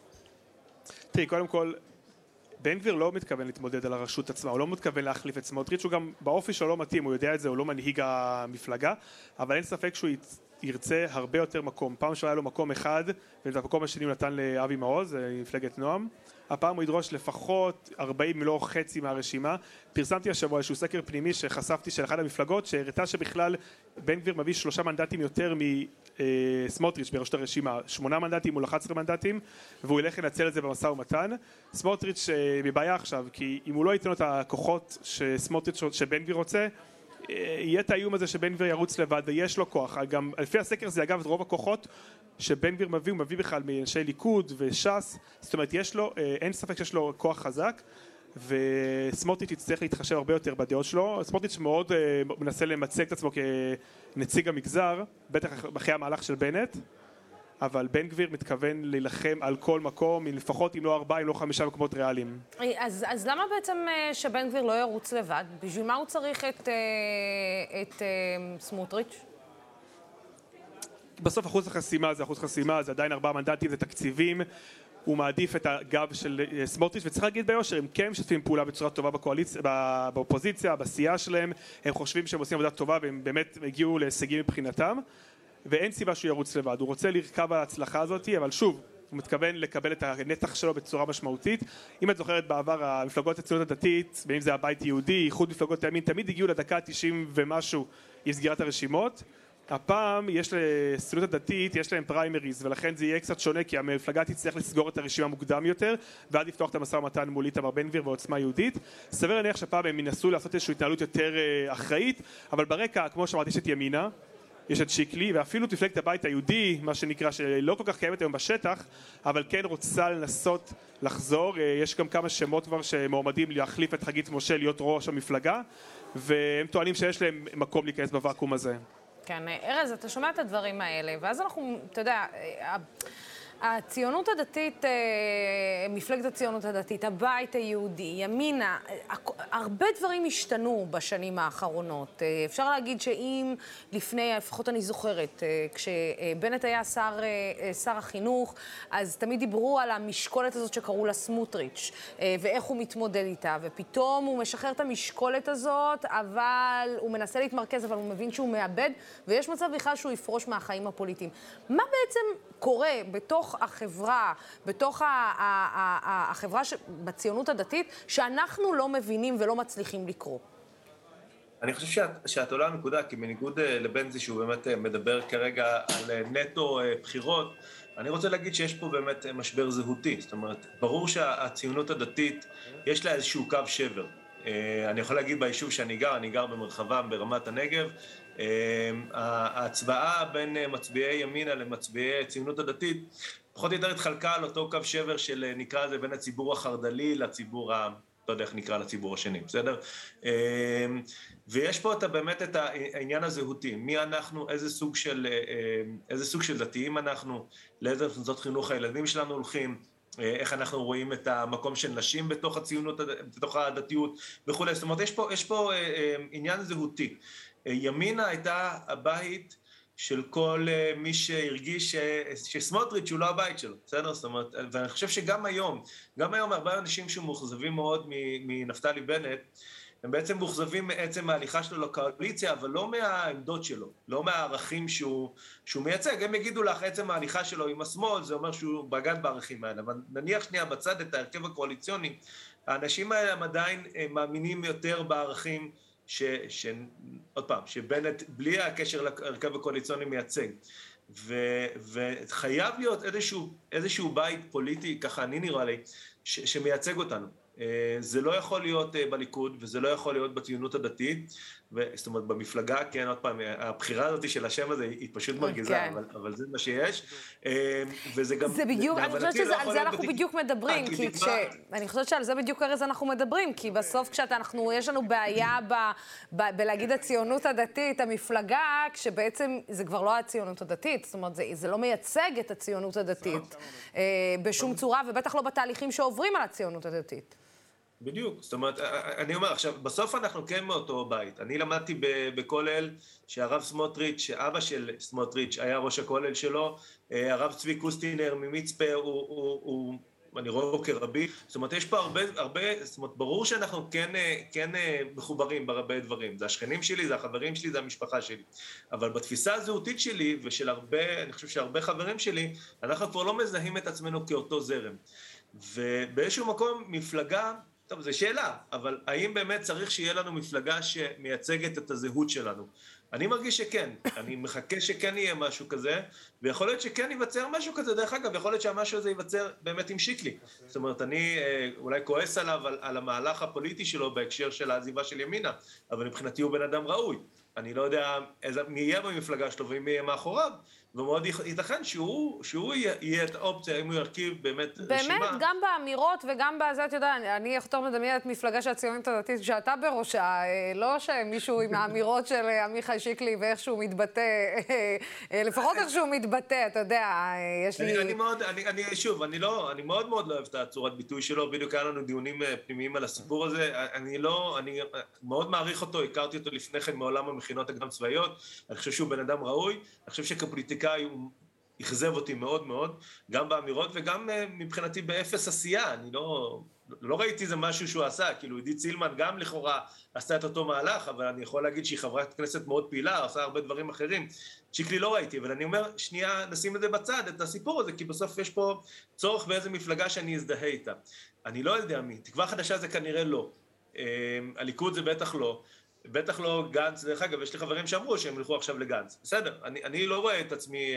תראי, קודם כל, בן גביר לא מתכוון להתמודד על הרשות עצמה, הוא לא מתכוון להחליף את סמוטריץ', הוא גם באופי שלו לא מתאים, הוא יודע את זה, הוא לא מנהיג המפלגה, אבל אין ספק שהוא ירצה הרבה יותר מקום. פעם שהיה לו מקום אחד, ובמקום השני הוא נתן לאבי מעוז, מפלגת נועם. הפעם הוא ידרוש לפחות 40, לא חצי מהרשימה. פרסמתי השבוע איזשהו סקר פנימי שחשפתי של אחד המפלגות, שהראתה שבכלל בן גביר מביא 3 מנדטים יותר מסמוטריץ' בראשות הרשימה, 8 מנדטים מול 11 מנדטים, והוא ילך לנצל את זה במשא ומתן. סמוטריץ' בבעיה עכשיו, כי אם הוא לא ייתן לו את הכוחות שבן גביר רוצה, יהיה את האיום הזה שבן גביר ירוץ לבד, ויש לו כוח. גם לפי הסקר זה, אגב, רוב הכוחות שבן גביר מביא, הוא מביא בכלל מאנשי ליכוד וש"ס, זאת אומרת, יש לו, אין ספק שיש לו כוח חזק, וסמוטריץ' יצטרך להתחשב הרבה יותר בדעות שלו. סמוטריץ' מאוד מנסה למצג את עצמו כנציג המגזר, בטח אחרי המהלך של בנט, אבל בן גביר מתכוון להילחם על כל מקום, לפחות אם לא 4, אם לא 5 מקומות ריאליים. אז למה בעצם שבן גביר לא ירוץ לבד? בשביל מה הוא צריך את סמוטריץ'? בסוף אחוז החסימה זה עדיין 4 מנדטים, זה תקציבים, הוא מעדיף את הגב של סמוטריץ', וצריך להגיד ביושר, הם כן משתפים פעולה בצורה טובה באופוזיציה, בסיעה שלהם, הם חושבים שהם עושים עבודה טובה והם באמת הגיעו להישגים מבחינתם, ואין סיבה שהוא ירוץ לבד, הוא רוצה לרכב על ההצלחה הזאת, אבל שוב, הוא מתכוון לקבל את הנתח שלו בצורה משמעותית. אם את זוכרת בעבר, המפלגות הציונות הדתית, בין אם זה הבית יהודי, איחוד מפלגות הימין, תמיד הגיעו לדקה 90 ומשהו עם סגירת הרשימות. הפעם יש לציונות הדתית, יש להם פריימריז, ולכן זה יהיה קצת שונה, כי המפלגה תצטרך לסגור את הרשימה מוקדם יותר, ועד לפתוח את המשא ומתן מול איתמר בן גביר ועוצמה יהודית. סביר להניח שהפעם הם ינסו לעשות איזושהי התנהלות יותר אחראית, אבל ברקע, כמו שאמרתי, יש את ימינה, יש את שיקלי, ואפילו מפלגת הבית היהודי, מה שנקרא, שלא כל כך קיימת היום בשטח, אבל כן רוצה לנסות לחזור. יש גם כמה שמות כבר שמועמדים להחליף את חגית משה להיות ראש המפלגה, והם טוענים שיש להם מקום להיכנס בוואקום הזה. כן, ארז, אתה שומע את הדברים האלה, ואז אנחנו, אתה יודע, הציונות הדתית, מפלגת הציונות הדתית, הבית היהודי, ימינה, הרבה דברים השתנו בשנים האחרונות. אפשר להגיד שאם לפני, לפחות אני זוכרת, כשבנט היה שר החינוך, אז תמיד דיברו על המשקולת הזאת שקראו לה סמוטריץ', ואיך הוא מתמודד איתה, ופתאום הוא משחרר את המשקולת הזאת, אבל הוא מנסה להתמרכז, אבל הוא מבין שהוא מאבד, ויש מצב בכלל שהוא יפרוש מהחיים הפוליטיים. מה בעצם קורה בתוך החברה, בתוך החברה בציונות הדתית, שאנחנו לא מבינים ולא מצליחים לקרוא? אני חושב שאת עולה נקודה, כי בניגוד לבנזי שהוא באמת מדבר כרגע על נטו בחירות, אני רוצה להגיד שיש פה באמת משבר זהותי. זאת אומרת, ברור שהציונות הדתית יש לה איזשהו קו שבר. אני יכול להגיד ביישוב שאני גר במרחבה ברמת הנגב, ההצבעה בין מצביעי ימינה למצביעי הציונות הדתית פחות או יותר התחלקה על אותו קו שבר של נקרא לזה בין הציבור החרד"לי לציבור לא יודע איך נקרא לציבור השני, בסדר? ויש פה באמת את העניין הזהותי, מי אנחנו, איזה סוג של דתיים אנחנו, לאיזה מוסדות חינוך הילדים שלנו הולכים, איך אנחנו רואים את המקום של נשים בתוך הציונות, בתוך הדתיות וכו'. זאת אומרת, יש פה עניין זהותי. ימינה הייתה הבית של כל מי שהרגיש שסמוטריץ' הוא לא הבית שלו, בסדר? זאת אומרת, ואני חושב שגם היום הרבה אנשים שמאוכזבים מאוד מנפתלי בנט, הם בעצם מאוכזבים מעצם ההליכה שלו לקואליציה, אבל לא מהעמדות שלו, לא מהערכים שהוא מייצג. הם יגידו לך, עצם ההליכה שלו עם השמאל, זה אומר שהוא בגד בערכים האלה, אבל נניח שנייה בצד את ההרכב הקואליציוני, האנשים האלה הם עדיין מאמינים יותר בערכים עוד פעם, שבנט בלי הקשר להרכב הקואליציוני מייצג, וחייב להיות איזשהו בית פוליטי, ככה אני נראה לי, שמייצג אותנו. זה לא יכול להיות בליכוד, וזה לא יכול להיות בציונות הדתית, זאת אומרת, במפלגה, כן, עוד פעם, הבחירה הזאת של השם הזה היא פשוט מרגיזה, אבל זה מה שיש, וזה גם... זה בדיוק, אני חושבת שעל זה אנחנו בדיוק מדברים, אני חושבת שעל זה בדיוק ארז אנחנו מדברים, כי בסוף יש לנו בעיה בלהגיד הציונות הדתית, המפלגה, כשבעצם זה כבר לא הציונות הדתית, זאת אומרת, זה לא מייצג את הציונות הדתית בשום צורה, ובטח לא בתהליכים שעוברים על הציונות הדתית. בדיוק, זאת אומרת, אני אומר, עכשיו, בסוף אנחנו כן מאותו בית. אני למדתי בכולל שהרב סמוטריץ', שאבא של סמוטריץ' היה ראש הכולל שלו, הרב צבי קוסטינר ממצפה, אני רואה בו כרבי, זאת אומרת, יש פה הרבה, זאת אומרת, ברור שאנחנו כן מחוברים בהרבה דברים. זה השכנים שלי, זה החברים שלי, זה המשפחה שלי. אבל בתפיסה הזהותית שלי, ושל הרבה, אני חושב שהרבה חברים שלי, אנחנו כבר לא מזהים את עצמנו כאותו זרם. ובאיזשהו מקום, מפלגה, טוב, זו שאלה, אבל האם באמת צריך שיהיה לנו מפלגה שמייצגת את הזהות שלנו? אני מרגיש שכן, אני מחכה שכן יהיה משהו כזה, ויכול להיות שכן ייווצר משהו כזה, דרך אגב, יכול להיות שהמשהו הזה ייווצר באמת עם שיקלי. זאת אומרת, אני אולי כועס עליו על המהלך הפוליטי שלו בהקשר של העזיבה של ימינה, אבל מבחינתי הוא בן אדם ראוי. אני לא יודע מי יהיה במפלגה שלו ומי יהיה מאחוריו, ומאוד ייתכן שהוא יהיה את האופציה, אם הוא ירכיב באמת רשימה. באמת, גם באמירות וגם בזה, אתה יודע, אני יותר מדמיין את מפלגה של הציונות הדתית שאתה בראשה, לא שמישהו עם האמירות של עמיחי שיקלי ואיך שהוא מתבטא, לפחות איך שהוא מתבטא, אתה יודע, יש לי... אני מאוד מאוד לא אוהב את הצורת ביטוי שלו, בדיוק היה לנו דיונים פנימיים על הסיפור הזה, אני מאוד מעריך אותו, הכרתי אותו לפני כן מעולם המכינות הקדם צבאיות, אני חושב שהוא בן אדם ראוי, אני חושב שכפוליטיקאי הוא אכזב אותי מאוד מאוד, גם באמירות וגם מבחינתי באפס עשייה, אני לא ראיתי איזה משהו שהוא עשה, כאילו עידית סילמן גם לכאורה עשתה את אותו מהלך, אבל אני יכול להגיד שהיא חברת כנסת מאוד פעילה, עושה הרבה דברים אחרים, שיקלי לא ראיתי, אבל אני אומר, שנייה, נשים את זה בצד, את הסיפור הזה, כי בסוף יש פה צורך באיזה מפלגה שאני אזדהה איתה. אני לא יודע מי, תקווה חדשה זה כנראה לא, הליכוד זה בטח לא גנץ, דרך אגב, יש לי חברים שאמרו שהם ילכו עכשיו לגנץ. בסדר, אני לא רואה את עצמי,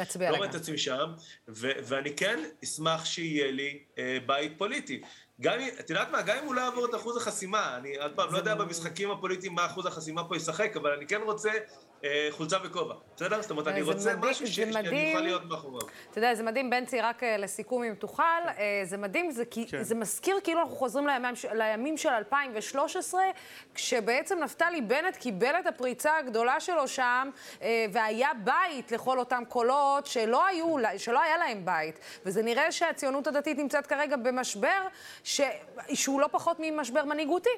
שם, ואני כן אשמח שיהיה לי בית פוליטי. את יודעת מה, גם אם הוא לא יעבור את אחוז החסימה, אני עוד פעם לא יודע במשחקים הפוליטיים מה אחוז החסימה פה ישחק, אבל אני כן רוצה חולצה וכובע, בסדר? זאת אומרת, אני רוצה משהו שאני אוכל להיות מאחוריו. אתה יודע, זה מדהים, בנצי, רק לסיכום אם תוכל, זה מדהים, זה מזכיר כאילו אנחנו חוזרים לימים של 2013, כשבעצם נפתלי בנט קיבל את הפריצה הגדולה שלו שם, והיה בית לכל אותם קולות שלא היה להם בית. וזה נראה שהציונות הדתית נמצאת כרגע במשבר, שהוא לא פחות ממשבר מנהיגותי.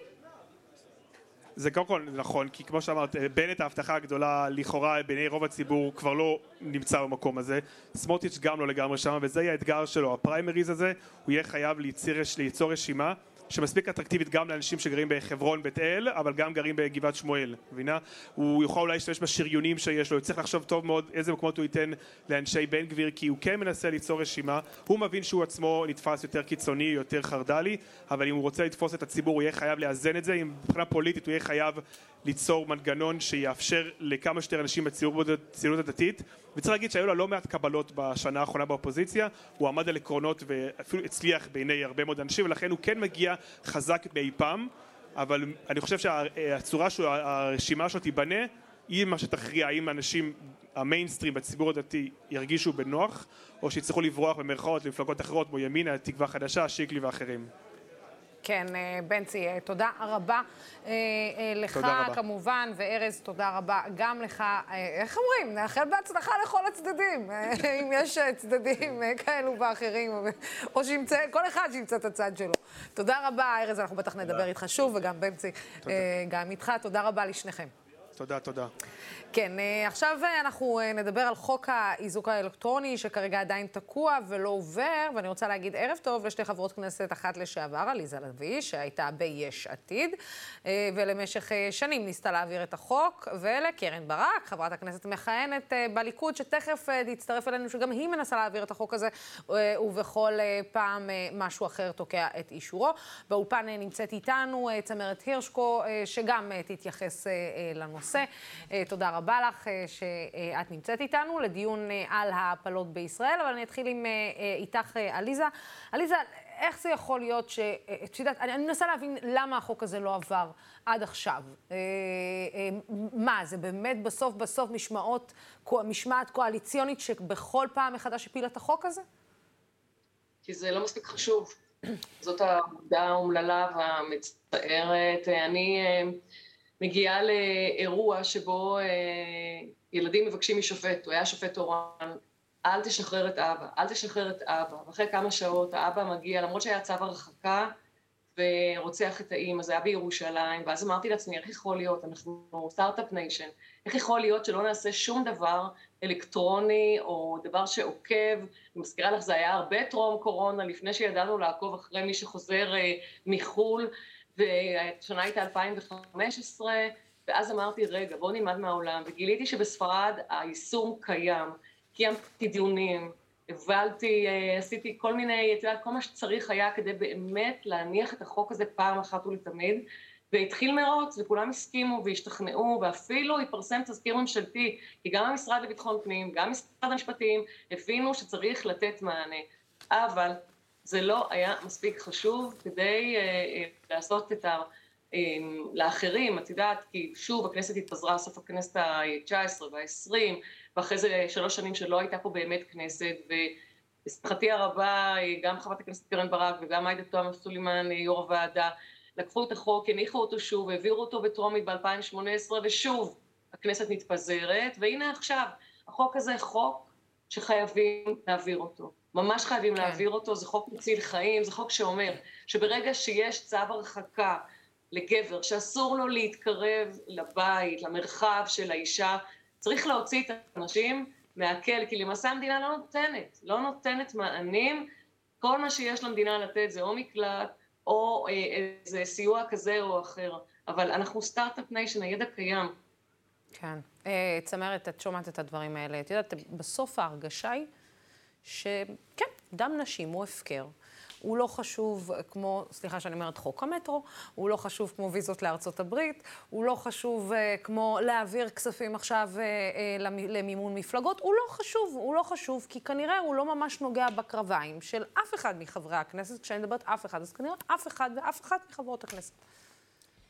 זה קודם כל נכון, כי כמו שאמרת, בנט ההבטחה הגדולה לכאורה בעיני רוב הציבור כבר לא נמצא במקום הזה. סמוטריץ' גם לא לגמרי שם, וזה יהיה האתגר שלו. הפריימריז הזה, הוא יהיה חייב ליצור רשימה שמספיק אטרקטיבית גם לאנשים שגרים בחברון בית אל, אבל גם גרים בגבעת שמואל, מבינה? הוא יוכל אולי להשתמש בשריונים שיש לו, הוא צריך לחשוב טוב מאוד איזה מקומות הוא ייתן לאנשי בן גביר, כי הוא כן מנסה ליצור רשימה, הוא מבין שהוא עצמו נתפס יותר קיצוני, יותר חרדלי, אבל אם הוא רוצה לתפוס את הציבור, הוא יהיה חייב לאזן את זה, אם מבחינה פוליטית הוא יהיה חייב ליצור מנגנון שיאפשר לכמה שיותר אנשים בציונות הדתית, וצריך להגיד שהיו לה לא מעט קבלות בשנה האחרונה באופוזיציה, הוא עמד על עקרונות ואפילו הצליח בעיני הרבה מאוד אנשים, ולכן הוא כן מגיע חזק באי פעם, אבל אני חושב שהצורה שהרשימה שלו תיבנה, היא מה שתכריע האם אנשים, המיינסטרים בציבור הדתי ירגישו בנוח, או שיצטרכו לברוח במרכאות למפלגות אחרות, כמו ימינה, תקווה חדשה, שיקלי ואחרים. כן, בנצי, תודה רבה לך כמובן, וארז, תודה רבה גם לך. איך אומרים? נאחל בהצלחה לכל הצדדים, אם יש צדדים כאלו ואחרים, או כל אחד שימצא את הצד שלו. תודה רבה, ארז, אנחנו בטח נדבר איתך שוב, וגם בנצי, גם איתך. תודה רבה לשניכם. תודה. כן, עכשיו אנחנו נדבר על חוק האיזוק האלקטרוני, שכרגע עדיין תקוע ולא עובר, ואני רוצה להגיד ערב טוב לשתי חברות כנסת, אחת לשעבר, עליזה לביא, שהייתה ביש עתיד, ולמשך שנים ניסתה להעביר את החוק, ולקרן ברק, חברת הכנסת מכהנת בליכוד, שתכף תצטרף אלינו, שגם היא מנסה להעביר את החוק הזה, ובכל פעם משהו אחר תוקע את אישורו. באולפן נמצאת איתנו צמרת הירשקו, שגם תתייחס לנושא. תודה רבה לך שאת נמצאת איתנו לדיון על ההפלות בישראל, אבל אני אתחיל איתך, עליזה. עליזה, איך זה יכול להיות אני מנסה להבין למה החוק הזה לא עבר עד עכשיו. מה, זה באמת בסוף משמעת קואליציונית שבכל פעם מחדש הפילה את החוק הזה? כי זה לא מספיק חשוב. זאת העובדה האומללה והמצטערת. אני מגיעה לאירוע שבו ילדים מבקשים משופט, הוא היה שופט תורן, אל תשחרר את אבא, אל תשחרר את אבא. ואחרי כמה שעות האבא מגיע, למרות שהיה צו הרחקה, ורוצח את האמא, זה היה בירושלים, ואז אמרתי לעצמי, איך יכול להיות, אנחנו סטארט-אפ ניישן, איך יכול להיות שלא נעשה שום דבר אלקטרוני, או דבר שעוקב, אני מזכירה לך, זה היה הרבה טרום קורונה, לפני שידענו לעקוב אחרי מי שחוזר מחול, והשנה הייתה 2015, ואז אמרתי, רגע, בואו נלמד מהעולם, וגיליתי שבספרד היישום קיים, קיימתי דיונים, עשיתי כל מיני, כל מה שצריך היה כדי באמת להניח את החוק הזה פעם אחת ולתמיד, והתחיל מרוץ, וכולם הסכימו והשתכנעו, ואפילו התפרסם תזכיר ממשלתי, כי גם המשרד לביטחון פנים, גם משרד המשפטים, הבינו שצריך לתת מענה. אבל זה לא היה מספיק חשוב כדי לעשות את לאחרים, את יודעת, כי שוב הכנסת התפזרה סוף הכנסת ה-19 וה-20, ואחרי זה 3 שנים שלא הייתה פה באמת כנסת, ולשמחתי הרבה, גם חברת הכנסת קרן ברק וגם עאידה תומא סלימאן, יו"ר הוועדה, לקחו את החוק, הניחו אותו שוב, העבירו אותו בטרומית ב-2018, ושוב הכנסת מתפזרת, והנה עכשיו, החוק הזה חוק שחייבים להעביר אותו. ממש חייבים להעביר אותו, זה חוק מציל חיים, זה חוק שאומר שברגע שיש צו הרחקה לגבר, שאסור לו להתקרב לבית, למרחב של האישה, צריך להוציא את האנשים מהכלא, כי למעשה המדינה לא נותנת מענים, כל מה שיש למדינה לתת זה או מקלט, או איזה סיוע כזה או אחר, אבל אנחנו סטארט-אפ ניישן, הידע קיים. כן, צמרת, את שומעת את הדברים האלה, את יודעת, בסוף ההרגשה היא, שכן, דם נשים הוא הפקר. הוא לא חשוב כמו, סליחה שאני אומרת, חוק המטרו, הוא לא חשוב כמו ויזות לארצות הברית, הוא לא חשוב כמו להעביר כספים עכשיו למימון מפלגות, הוא לא חשוב, כי כנראה הוא לא ממש נוגע בקרביים של אף אחד מחברי הכנסת, כשאני מדברת אף אחד, אז כנראה אף אחד ואף אחת מחברות הכנסת.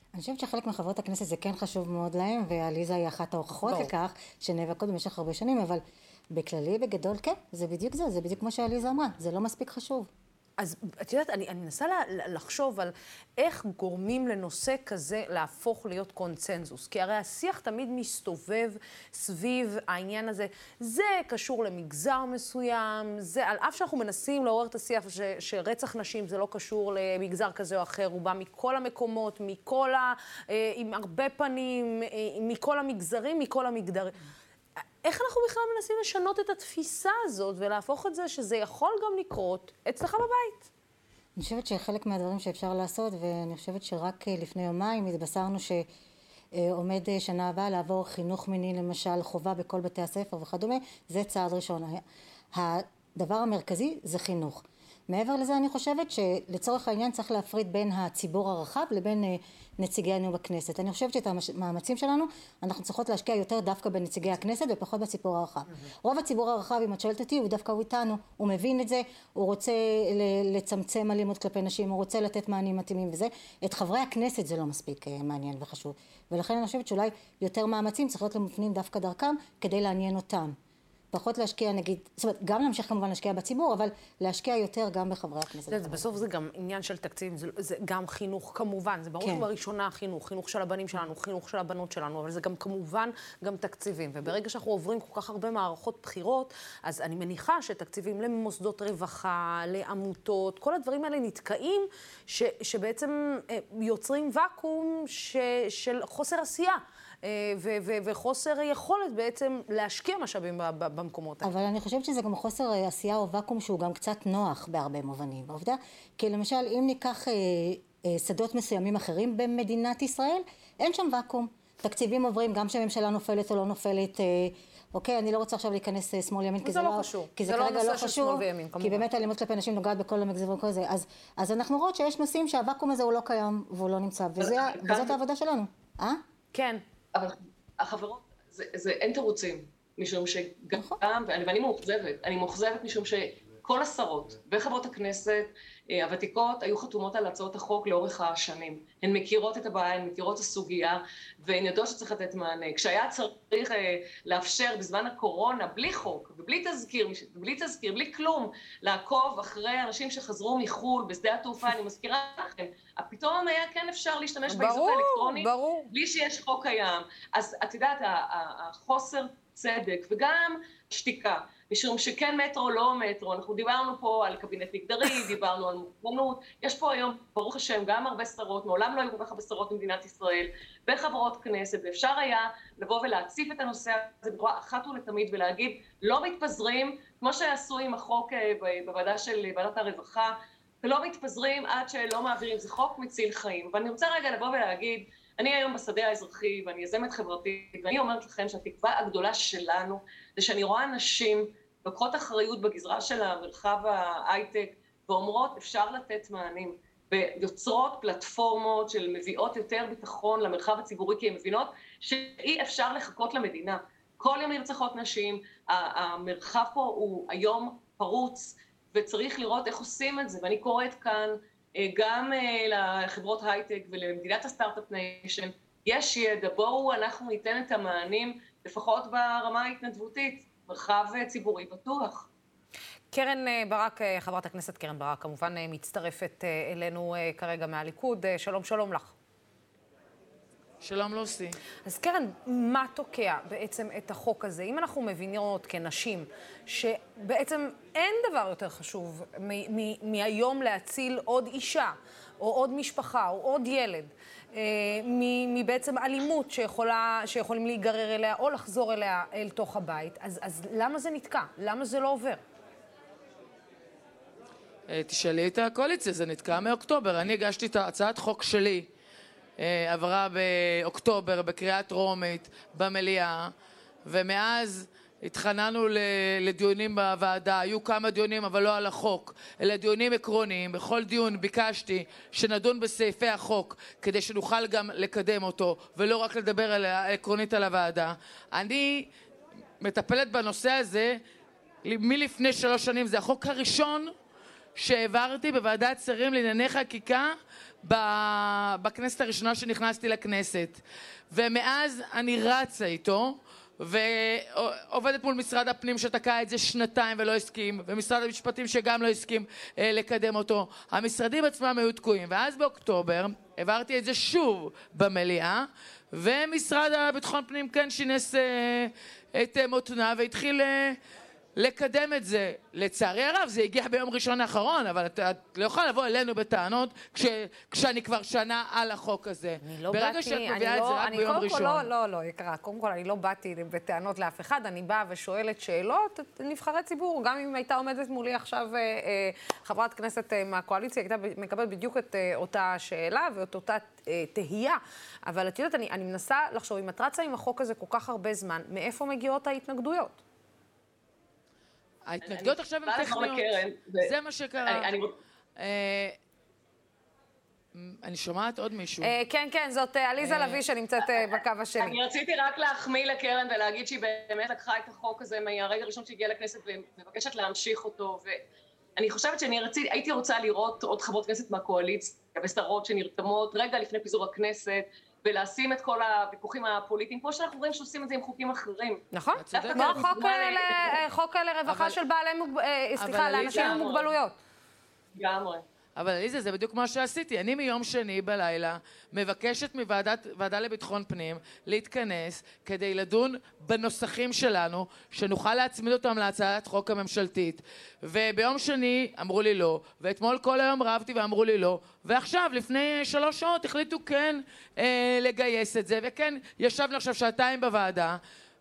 אני חושבת שחלק מחברות הכנסת זה כן חשוב מאוד להם, ועליזה היא אחת ההוכחות לכך שנאבקות במשך הרבה שנים, אבל בכללי, בגדול, כן, זה בדיוק זה, זה בדיוק כמו שעליזה אמרה, זה לא מספיק חשוב. אז את יודעת, אני מנסה לחשוב על איך גורמים לנושא כזה להפוך להיות קונצנזוס. כי הרי השיח תמיד מסתובב סביב העניין הזה. זה קשור למגזר מסוים, זה, על אף שאנחנו מנסים לעורר את השיח שרצח נשים זה לא קשור למגזר כזה או אחר, הוא בא מכל המקומות, עם הרבה פנים, מכל המגזרים, מכל המגדרים. איך אנחנו בכלל מנסים לשנות את התפיסה הזאת ולהפוך את זה שזה יכול גם לקרות אצלך בבית? אני חושבת שחלק מהדברים שאפשר לעשות, ואני חושבת שרק לפני יומיים התבשרנו שעומד שנה הבאה לעבור חינוך מיני למשל חובה בכל בתי הספר וכדומה, זה צעד ראשון. הדבר המרכזי זה חינוך. מעבר לזה אני חושבת שלצורך העניין צריך להפריד בין הציבור הרחב לבין נציגינו בכנסת. אני חושבת שאת המאמצים שלנו אנחנו צריכות להשקיע יותר דווקא בנציגי הכנסת ופחות בציבור הרחב. רוב הציבור הרחב, אם את שואלת אותי, הוא דווקא הוא איתנו, הוא מבין את זה, הוא רוצה לצמצם אלימות כלפי נשים, הוא רוצה לתת מענים מתאימים וזה. את חברי הכנסת זה לא מספיק מעניין וחשוב. ולכן אני חושבת שאולי יותר מאמצים צריך להיות למופנים דווקא דרכם כדי לעניין אותם. פחות להשקיע נגיד, זאת אומרת, גם להמשיך כמובן להשקיע בציבור, אבל להשקיע יותר גם בחברי הכנסת. בסוף זה גם עניין של תקציב, זה גם חינוך כמובן, זה ברור בראשונה חינוך של הבנים שלנו, חינוך של הבנות שלנו, אבל זה גם כמובן גם תקציבים. וברגע שאנחנו עוברים כל כך הרבה מערכות בחירות, אז אני מניחה שתקציבים למוסדות רווחה, לעמותות, כל הדברים האלה נתקעים, שבעצם יוצרים ואקום של חוסר עשייה. וחוסר יכולת בעצם להשקיע משאבים במקומות האלה. אבל אני חושבת שזה גם חוסר עשייה או ואקום שהוא גם קצת נוח בהרבה מובנים. בעובדה, כי למשל אם ניקח שדות מסוימים אחרים במדינת ישראל, אין שם ואקום. תקציבים עוברים גם שהממשלה נופלת או לא נופלת, אוקיי, אני לא רוצה עכשיו להיכנס שמאל ימין, כי זה לא חשוב. כי זה כרגע לא חשוב, כי באמת האלימות כלפי נשים נוגעת בכל המגזרים וכל זה. אז אנחנו רואות שיש נושאים שהוואקום הזה הוא לא קיים והוא לא נמצא, וזאת העבודה שלנו. כן. אבל החברות, אין תירוצים, משום שגם, ואני מאוכזבת משום שכל השרות וחברות הכנסת הוותיקות היו חתומות על הצעות החוק לאורך השנים. הן מכירות את הבעיה, הן מכירות את הסוגיה, והן יודעות שצריך לתת מענה. כשהיה צריך לאפשר בזמן הקורונה, בלי חוק, ובלי תזכיר, בלי כלום, לעקוב אחרי אנשים שחזרו מחול בשדה התעופה, אני מזכירה לכם, פתאום היה כן אפשר להשתמש באיזוק האלקטרוני, בלי שיש חוק קיים. אז את יודעת, החוסר צדק וגם שתיקה, משום שכן מטרו, לא מטרו, אנחנו דיברנו פה על קבינט מגדרי, דיברנו על מוכנות, יש פה היום, ברוך השם, גם הרבה שרות, מעולם לא היו כל כך הרבה שרות במדינת ישראל, בחברות כנסת, ואפשר היה לבוא ולהציף את הנושא הזה בצורה אחת ולתמיד ולהגיד, לא מתפזרים, כמו שעשו עם החוק בוועדה של ועדת הרווחה, ולא מתפזרים עד שלא מעבירים, זה חוק מציל חיים. אבל אני רוצה רגע לבוא ולהגיד, אני היום בשדה האזרחי ואני יזמת חברתית, ואני אומרת לכם שהתקווה הגדולה שלנו זה שאני רואה נשים לוקחות אחריות בגזרה של המרחב ההייטק, ואומרות אפשר לתת מענים, ויוצרות פלטפורמות של מביאות יותר ביטחון למרחב הציבורי, כי הן מבינות שאי אפשר לחכות למדינה. כל יום נרצחות נשים, המרחב פה הוא היום פרוץ, וצריך לראות איך עושים את זה, ואני קוראת כאן גם לחברות הייטק ולמדינת הסטארט-אפ ניישן, יש ידע, בואו אנחנו ניתן את המענים, לפחות ברמה ההתנדבותית, מרחב ציבורי בטוח. קרן ברק, חברת הכנסת קרן ברק, כמובן מצטרפת אלינו כרגע מהליכוד. שלום, שלום לך. שלום לוסי. אז קרן, מה תוקע בעצם את החוק הזה? אם אנחנו מבינות כנשים שבעצם אין דבר יותר חשוב מהיום להציל עוד אישה, או עוד משפחה, או עוד ילד, מבעצם אלימות שיכולים להיגרר אליה או לחזור אליה אל תוך הבית, אז למה זה נתקע? למה זה לא עובר? תשאלי את הקואליציה, זה נתקע מאוקטובר. אני הגשתי את הצעת חוק שלי, עברה באוקטובר, בקריאה טרומית, במליאה, ומאז התחננו לדיונים בוועדה. היו כמה דיונים, אבל לא על החוק, אלא דיונים עקרוניים. בכל דיון ביקשתי שנדון בסעיפי החוק, כדי שנוכל גם לקדם אותו, ולא רק לדבר עקרונית על הוועדה. אני מטפלת בנושא הזה מלפני 3 שנים, זה החוק הראשון שהעברתי בוועדת שרים לענייני חקיקה בכנסת הראשונה שנכנסתי לכנסת. ומאז אני רצה איתו, ועובדת מול משרד הפנים שתקע את זה 2 ולא הסכים, ומשרד המשפטים שגם לא הסכים לקדם אותו. המשרדים עצמם היו תקועים, ואז באוקטובר העברתי את זה שוב במליאה, ומשרד הביטחון פנים כן שינס את מותנה והתחיל לקדם את זה. לצערי הרב זה הגיע ביום ראשון האחרון, אבל את לא יכולה לבוא אלינו בטענות כשאני כבר שנה על החוק הזה. ברגע שאת מביאה את זה רק ביום ראשון. לא, יקרה. קודם כל, אני לא באתי בטענות לאף אחד, אני באה ושואלת שאלות, נבחרי ציבור, גם אם הייתה עומדת מולי עכשיו חברת כנסת מהקואליציה, הייתה מקבלת בדיוק את אותה שאלה ואת אותה תהייה. אבל את יודעת, אני מנסה לחשוב, אם את רצה עם החוק הזה כל כך הרבה זמן, מאיפה מגיעות ההתנגדויות? ההתנגדות עכשיו הן טכניות, זה מה שקרה. אני שומעת עוד מישהו. כן, זאת עליזה לביא שנמצאת בקו השני. אני רציתי רק להחמיא לקרן ולהגיד שהיא באמת לקחה את החוק הזה מהרגע הראשון שהגיעה לכנסת ומבקשת להמשיך אותו, ואני חושבת הייתי רוצה לראות עוד חברות כנסת מהקואליציה ושרות שנרתמות רגע לפני פיזור הכנסת, ולשים את כל הוויכוחים הפוליטיים, כמו שאנחנו רואים שעושים את זה עם חוקים אחרים. נכון, כמו חוק לרווחה של לאנשים עם מוגבלויות. לגמרי. אבל אליזה, זה בדיוק מה שעשיתי. אני מיום שני בלילה מבקשת מוועדה לביטחון פנים להתכנס כדי לדון בנוסחים שלנו, שנוכל להצמיד אותם להצעת חוק הממשלתית. וביום שני אמרו לי לא, ואתמול כל היום רבתי ואמרו לי לא, ועכשיו, לפני 3 שעות, החליטו כן לגייס את זה, וכן ישבנו עכשיו 2 בוועדה,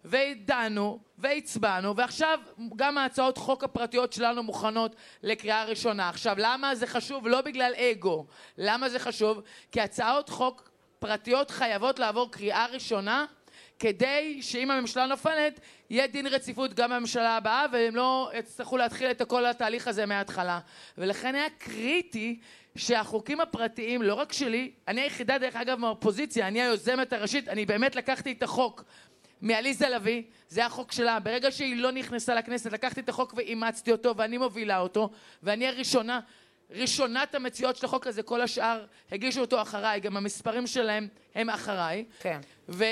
ודנו והצבענו, ועכשיו גם ההצעות חוק הפרטיות שלנו מוכנות לקריאה ראשונה. עכשיו, למה זה חשוב? לא בגלל אגו. למה זה חשוב? כי הצעות חוק פרטיות חייבות לעבור קריאה ראשונה, כדי שאם הממשלה נופלת, יהיה דין רציפות גם בממשלה הבאה, והם לא יצטרכו להתחיל את כל התהליך הזה מההתחלה. ולכן היה קריטי שהחוקים הפרטיים, לא רק שלי, אני היחידה דרך אגב מהאופוזיציה, אני היוזמת הראשית, אני באמת לקחתי את החוק מעליזה לביא, זה החוק שלה. ברגע שהיא לא נכנסה לכנסת, לקחתי את החוק ואימצתי אותו, ואני מובילה אותו, ואני ראשונת המציאות של החוק הזה, כל השאר הגישו אותו אחריי, גם המספרים שלהם הם אחריי. כן.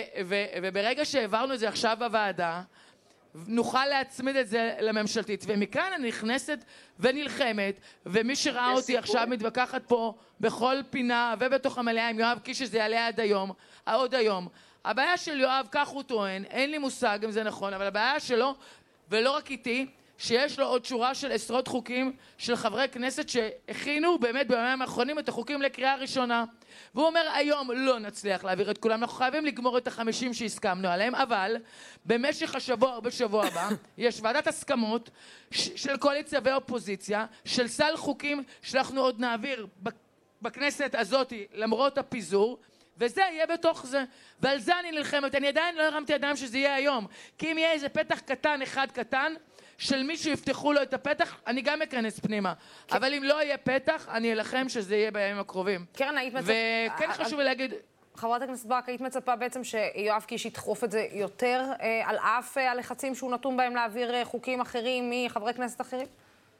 וברגע שהעברנו את זה עכשיו בוועדה, נוכל להצמיד את זה לממשלתית. ומכאן אני נכנסת ונלחמת, ומי שראה אותי עכשיו מתווכחת פה בכל פינה ובתוך המליאה עם יואב קיש, שזה יעלה עוד היום. הבעיה של יואב, כך הוא טוען, אין לי מושג אם זה נכון, אבל הבעיה שלו, ולא רק איתי, שיש לו עוד שורה של עשרות חוקים של חברי כנסת שהכינו באמת בימים האחרונים את החוקים לקריאה ראשונה. והוא אומר, היום לא נצליח להעביר את כולם, אנחנו חייבים לגמור את 50 שהסכמנו עליהם, אבל במשך בשבוע הבא, יש ועדת הסכמות של קואליציה ואופוזיציה, של סל חוקים שאנחנו עוד נעביר בכנסת הזאת למרות הפיזור, וזה יהיה בתוך זה, ועל זה אני נלחמת. אני עדיין לא הרמתי ידיים שזה יהיה היום, כי אם יהיה איזה פתח קטן של מישהו יפתחו לו את הפתח, אני גם אכנס פנימה. אבל אם לא יהיה פתח, אני אלחם שזה יהיה בימים הקרובים. קרן, היית מצפה... וכן חשוב להגיד... חברת הכנסת ברק, היית מצפה בעצם שיואב קיש ידחוף את זה יותר, על אף הלחצים שהוא נתון בהם להעביר חוקים אחרים מחברי כנסת אחרים?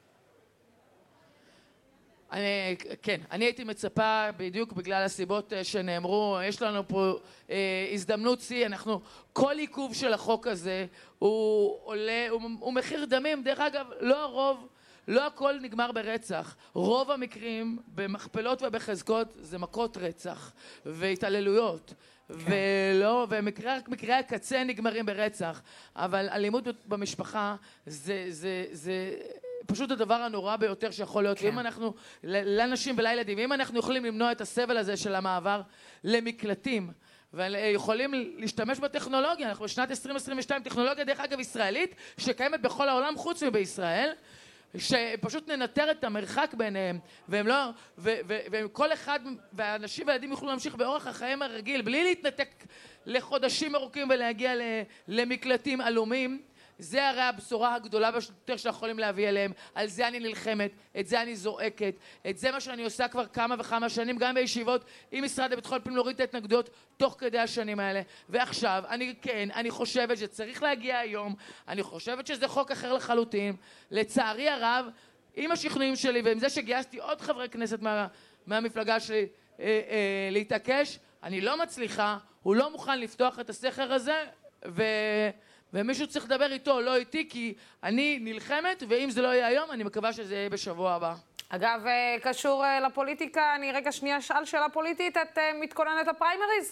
אני הייתי מצפה בדיוק בגלל הסיבות שנאמרו. יש לנו פה הזדמנות שיא. כל עיכוב של החוק הזה הוא מחיר דמים. דרך אגב, לא הכל נגמר ברצח. רוב המקרים במכפלות ובחזקות זה מכות רצח והתעללויות. ומקרי הקצה נגמרים ברצח. אבל אלימות במשפחה זה פשוט הדבר הנורא ביותר שיכול להיות. ואם אנחנו, לנשים ולילדים, ואם אנחנו יכולים למנוע את הסבל הזה של המעבר למקלטים, ויכולים להשתמש בטכנולוגיה, אנחנו בשנת 2022, טכנולוגיה דרך אגב ישראלית, שקיימת בכל העולם חוץ מבישראל, שפשוט ננטר את המרחק ביניהם, וכל אחד, והאנשים והילדים יוכלו להמשיך באורח החיים הרגיל, בלי להתנתק לחודשים ארוכים ולהגיע למקלטים עלומים. זה הרי הבשורה הגדולה ביותר שאנחנו יכולים להביא אליהם. על זה אני נלחמת, את זה אני זועקת, את זה מה שאני עושה כבר כמה וכמה שנים, גם בישיבות עם משרד לביטחון פנים, להוריד את ההתנגדויות תוך כדי השנים האלה. ועכשיו, אני חושבת שצריך להגיע היום, אני חושבת שזה חוק אחר לחלוטין. לצערי הרב, עם השכנועים שלי ועם זה שגייסתי עוד חברי כנסת מהמפלגה שלי להתעקש, אני לא מצליחה, הוא לא מוכן לפתוח את הסכר הזה, ומישהו צריך לדבר איתו, לא איתי, כי אני נלחמת, ואם זה לא יהיה היום, אני מקווה שזה יהיה בשבוע הבא. אגב, קשור לפוליטיקה, אני רגע שנייה שאל שאלה פוליטית, את מתכוננת לפריימריז?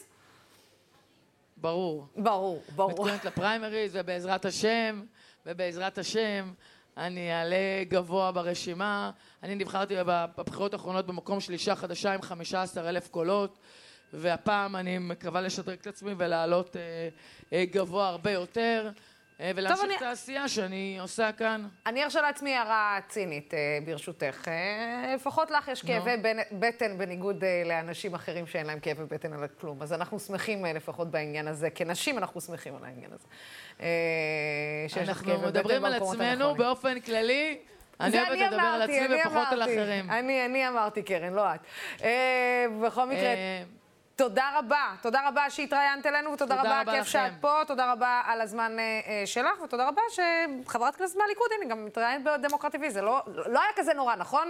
ברור. ברור. מתכוננת לפריימריז, ובעזרת השם, אני אעלה גבוה ברשימה. אני נבחרתי בבחירות האחרונות במקום של אישה חדשה עם 15,000 קולות, והפעם אני מקווה לשדרג את עצמי ולעלות גבוה הרבה יותר, ולהמשיך את העשייה שאני עושה כאן. אני ארשה לעצמי הערה צינית, ברשותך. לפחות לך יש כאבי בטן בניגוד לאנשים אחרים שאין להם כאבי בטן על כלום. אז אנחנו שמחים לפחות בעניין הזה. כנשים אנחנו שמחים על העניין הזה. אנחנו מדברים על עצמנו באופן כללי. אני אוהבת לדבר על עצמי ופחות על אחרים. אני אמרתי, קרן, לא את. בכל מקרה... תודה רבה שהתראיינת אלינו, ותודה רבה, כיף שאת פה, תודה רבה על הזמן שלך, ותודה רבה שחברת כנסת מהליכוד, הנה, גם מתראיינת בדמוקרט TV, זה לא היה כזה נורא, נכון?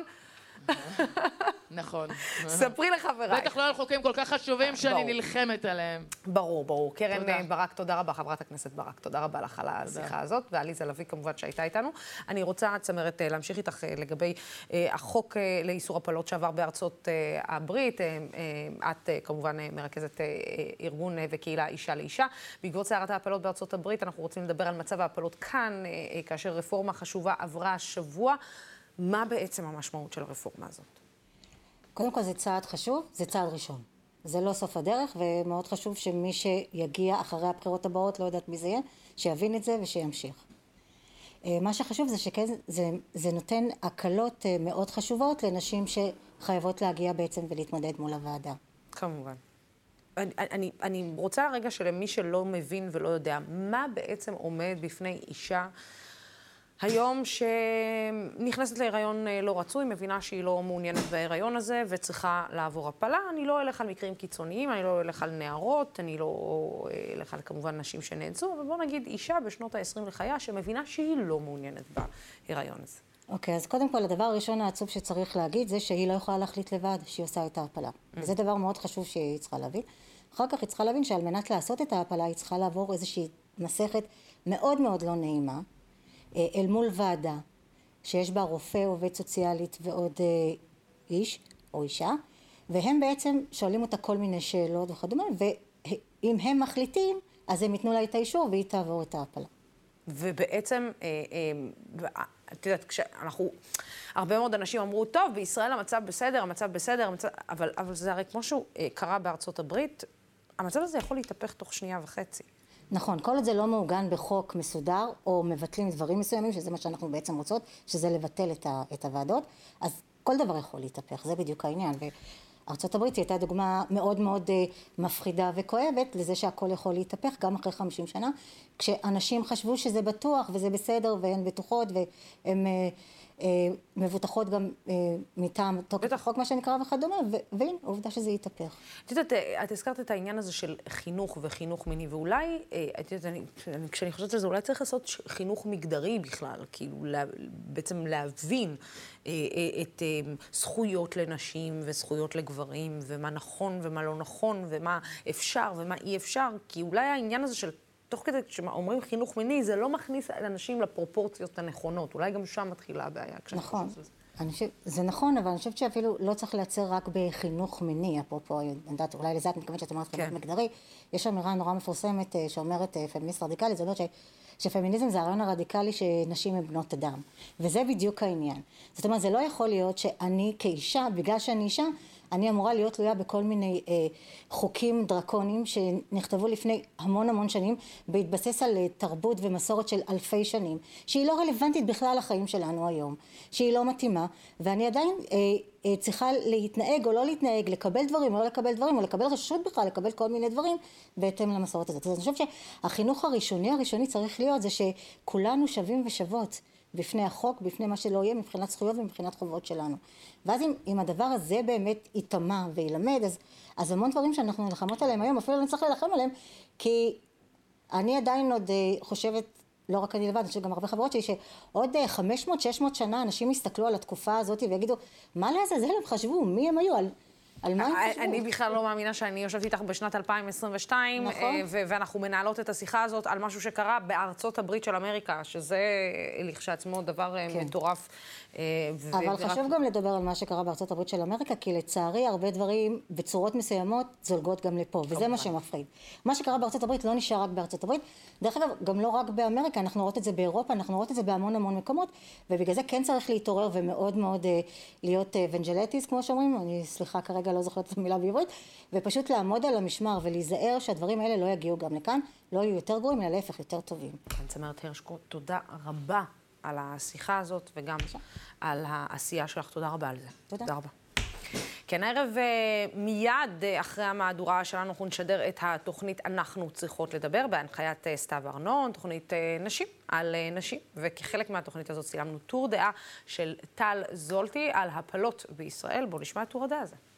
נכון. ספרי לחבריי. בטח לא על חוקים כל כך חשובים שאני נלחמת עליהם. ברור. קרן ברק, תודה רבה, חברת הכנסת ברק, תודה רבה לך על השיחה הזאת, ועליזה לביא כמובן שהייתה איתנו. אני רוצה, צמרת, להמשיך איתך לגבי החוק לאיסור הפלות שעבר בארצות הברית. את כמובן מרכזת ארגון וקהילה אישה לאישה. בעקבות סערת ההפלות בארצות הברית, אנחנו רוצים לדבר על מצב ההפלות כאן, כאשר רפורמה חשובה עברה השבוע. מה בעצם המשמעות של הרפורמה הזאת? קודם כל זה צעד חשוב, זה צעד ראשון. זה לא סוף הדרך, ומאוד חשוב שמי שיגיע אחרי הבחירות הבאות, לא יודעת מי זה יהיה, שיבין את זה ושימשיך. מה שחשוב זה שכן, זה נותן הקלות מאוד חשובות לנשים שחייבות להגיע בעצם ולהתמודד מול הוועדה. כמובן. אני רוצה רגע שלמי שלא מבין ולא יודע, מה בעצם עומד בפני אישה היום שנכנסת להיריון לא רצוי, מבינה שהיא לא מעוניינת בהיריון הזה וצריכה לעבור הפלה. אני לא אלך על מקרים קיצוניים, אני לא אלך על נערות, אני לא אלך על כמובן נשים שנאנסו, אבל בוא נגיד אישה בשנות ה-20 לחייה שמבינה שהיא לא מעוניינת בהיריון הזה. אוקיי, אז קודם כל הדבר הראשון העצוב שצריך להגיד זה שהיא לא יכולה להחליט לבד שהיא עושה את ההפלה. וזה דבר מאוד חשוב שהיא צריכה להבין. אחר כך היא צריכה להבין שעל מנת לעשות את ההפלה היא צריכה לעבור איזושהי מסכת מאוד מאוד לא נעימה, אל מול ועדה שיש בה רופא, עובד סוציאלית ועוד איש או אישה, והם בעצם שואלים אותה כל מיני שאלות וכדומה, ואם הם מחליטים, אז הם ייתנו לה את האישור והיא תעבור את ההפלה. ובעצם, את יודעת, כשאנחנו, הרבה מאוד אנשים אמרו, טוב, בישראל המצב בסדר, אבל זה הרי כמו שהוא קרה בארצות הברית, המצב הזה יכול להתהפך תוך שנייה וחצי. נכון, כל עוד זה לא מעוגן בחוק מסודר, או מבטלים דברים מסוימים, שזה מה שאנחנו בעצם רוצות, שזה לבטל את הוועדות, אז כל דבר יכול להתהפך, זה בדיוק העניין. וארצות הברית הייתה דוגמה מאוד מאוד מפחידה וכואבת, לזה שהכל יכול להתהפך גם אחרי 50 שנה, כשאנשים חשבו שזה בטוח וזה בסדר, והן בטוחות, והן מבוטחות גם מטעם תוקף החוק, מה שנקרא וכדומה, והנה, עובדה שזה יתהפך. את יודעת, את הזכרת את העניין הזה של חינוך וחינוך מיני, ואולי, את יודעת, כשאני חושבת על זה, אולי צריך לעשות חינוך מגדרי בכלל, כאילו, בעצם להבין את זכויות לנשים וזכויות לגברים, ומה נכון ומה לא נכון, ומה אפשר ומה אי אפשר, כי אולי העניין הזה של תוך כדי כשאומרים חינוך מיני, זה לא מכניס אנשים לפרופורציות הנכונות. אולי גם שם מתחילה הבעיה. נכון. זה נכון, אבל אני חושבת שאפילו לא צריך לייצר רק בחינוך מיני, אפרופו, אני יודעת, אולי לזה את מתכוונת שאת אומרת חינוך מגדרי. יש אמירה נורא מפורסמת שאומרת פמיניסט רדיקלי, זה אומרת שפמיניזם זה הרעיון הרדיקלי שנשים הן בנות אדם. וזה בדיוק העניין. זאת אומרת, זה לא יכול להיות שאני כאישה, בגלל שאני אישה, אני אמורה להיות תלויה בכל מיני חוקים דרקוניים שנכתבו לפני המון שנים, בהתבסס על תרבות ומסורת של אלפי שנים, שהיא לא רלוונטית בכלל לחיים שלנו היום, שהיא לא מתאימה, ואני עדיין צריכה להתנהג או לא להתנהג, לקבל דברים או לא לקבל דברים, או לקבל רשות בכלל, לקבל כל מיני דברים, בהתאם למסורת הזאת. אז אני חושבת שהחינוך הראשוני צריך להיות זה שכולנו שווים ושוות, בפני החוק, בפני מה שלא יהיה, מבחינת זכויות ומבחינת חובות שלנו. ואז אם הדבר הזה באמת יתאמה וילמד, אז המון דברים שאנחנו נלחמות עליהם היום, אפילו לא נצטרך להילחם עליהם, כי אני עדיין עוד חושבת לא רק אני לבד, יש גם הרבה חברות שלי, שעוד 500-600 שנה אנשים יסתכלו על התקופה הזאת ויגידו, מה לעזאזל הם חשבו, מי הם היו, על מה הם חשבו? אני בכלל לא מאמינה שאני יושבת איתך בשנת 2022, נכון. ואנחנו מנהלות את השיחה הזאת על משהו שקרה בארצות הברית של אמריקה, שזה לכשעצמו דבר מטורף. אבל חשוב גם לדבר על מה שקרה בארצות הברית של אמריקה, כי לצערי הרבה דברים בצורות מסוימות זולגות גם לפה, וזה מה שמפחיד. מה שקרה בארצות הברית לא נשאר רק בארצות הברית, דרך אגב, גם לא רק באמריקה, אנחנו רואות את זה באירופה, אנחנו רואות את זה בהמון המון מקומות, ובגלל זה כן צריך להתעורר ומאוד מאוד להיות אבנג'לטיס, כמו שאומרים, אני סליחה כרגע לא זוכרת את המילה בעברית, ופשוט לעמוד על המשמר ולהיזהר שהדברים האלה לא יגיעו גם לכאן, לא יהיו יותר גרועים, אלא להפך יותר טובים. צמרת הרשקו, תודה רבה על השיחה הזאת וגם על העשייה שלך. תודה רבה על זה. תודה רבה. כן, הערב מיד אחרי המהדורה שלנו אנחנו נשדר את התוכנית אנחנו צריכות לדבר בהנחיית סתיו ארנון, תוכנית נשים על נשים, וכחלק מהתוכנית הזאת צילמנו טור דעה של טל זולטי על הפלות בישראל. בואו נשמע את טור הדעה הזה.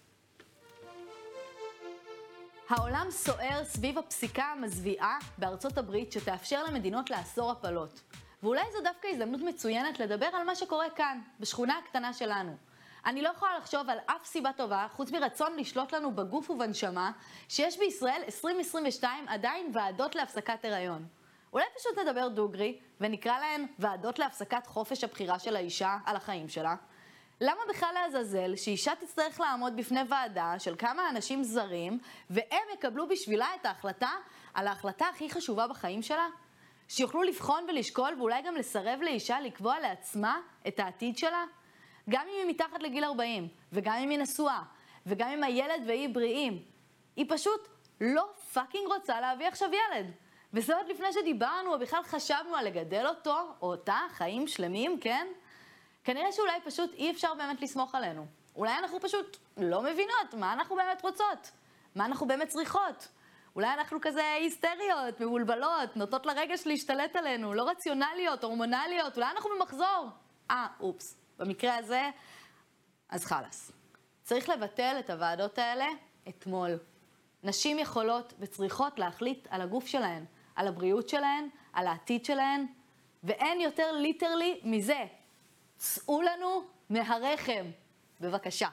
העולם סוער סביב הפסיקה המזוויעה בארצות הברית שתאפשר למדינות לאסור הפלות. ואולי זו דווקא הזדמנות מצוינת לדבר על מה שקורה כאן, בשכונה הקטנה שלנו. אני לא יכולה לחשוב על אף סיבה טובה, חוץ מרצון לשלוט לנו בגוף ובנשמה, שיש בישראל 2022 עדיין ועדות להפסקת הריון. אולי פשוט נדבר דוגרי, ונקרא להן ועדות להפסקת חופש הבחירה של האישה על החיים שלה. למה בכלל לעזאזל שאישה תצטרך לעמוד בפני ועדה של כמה אנשים זרים, והם יקבלו בשבילה את ההחלטה על ההחלטה הכי חשובה בחיים שלה? שיוכלו לבחון ולשקול ואולי גם לסרב לאישה לקבוע לעצמה את העתיד שלה? גם אם היא מתחת לגיל 40, וגם אם היא נשואה, וגם אם הילד והיא בריאים. היא פשוט לא פאקינג רוצה להביא עכשיו ילד. וזה עוד לפני שדיברנו או בכלל חשבנו על לגדל אותו או אותה חיים שלמים, כן? כנראה שאולי פשוט אי אפשר באמת לסמוך עלינו. אולי אנחנו פשוט לא מבינות מה אנחנו באמת רוצות, מה אנחנו באמת צריכות. אולי אנחנו כזה היסטריות, מבולבלות, נוטות לרגש להשתלט עלינו, לא רציונליות, הורמונליות, אולי אנחנו במחזור. אופס, במקרה הזה, אז חלס. צריך לבטל את הוועדות האלה אתמול. נשים יכולות וצריכות להחליט על הגוף שלהן, על הבריאות שלהן, על העתיד שלהן, ואין יותר ליטרלי מזה. צאו לנו מהרחם, בבקשה.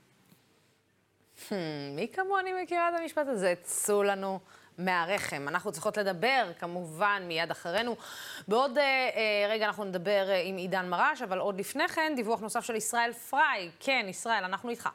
מי כמוני מכירה את המשפט הזה? צאו לנו מהרחם. אנחנו צריכות לדבר, כמובן, מיד אחרינו. בעוד רגע אנחנו נדבר עם עידן מרש, אבל עוד לפני כן, דיווח נוסף של ישראל פריי. כן, ישראל, אנחנו איתך.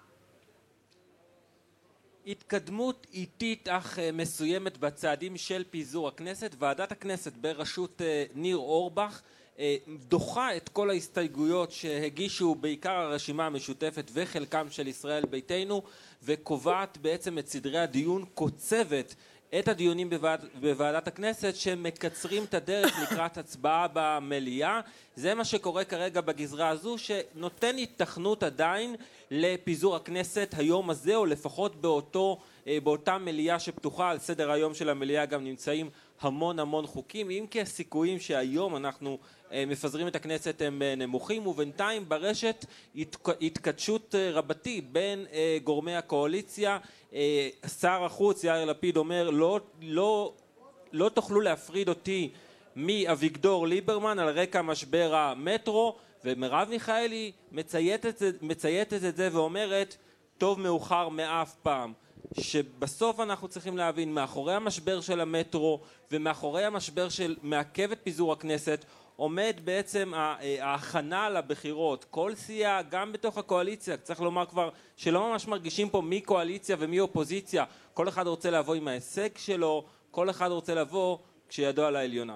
התקדמות איטית אך מסוימת בצעדים של פיזור הכנסת. ועדת הכנסת בראשות ניר אורבך דוחה את כל ההסתייגויות שהגישו בעיקר הרשימה המשותפת וחלקם של ישראל ביתנו, וקובעת בעצם את סדרי הדיון, קוצבת את הדיונים בוועדת הכנסת שמקצרים את הדרך לקראת הצבעה במליאה. זה מה שקורה כרגע בגזרה הזו, שנותן התכנות עדיין לפיזור הכנסת היום הזה, או לפחות באותה מליאה שפתוחה. על סדר היום של המליאה גם נמצאים המון חוקים, אם כי הסיכויים שהיום אנחנו מפזרים את הכנסת הם נמוכים, ובינתיים ברשת התקדשות רבתי בין גורמי הקואליציה. שר החוץ יאיר לפיד אומר לא תוכלו להפריד אותי מאביגדור ליברמן על רקע משבר המטרו, ומרב מיכאלי מצייתת את זה ואומרת טוב מאוחר מאף פעם. שבסוף אנחנו צריכים להבין, מאחורי המשבר של המטרו ומאחורי המשבר של מעכב את פיזור הכנסת עומד בעצם ההכנה לבחירות. כל סיעה, גם בתוך הקואליציה, צריך לומר כבר שלא ממש מרגישים פה מי קואליציה ומי אופוזיציה. כל אחד רוצה לבוא עם ההישג שלו, כל אחד רוצה לבוא כשידו על העליונה.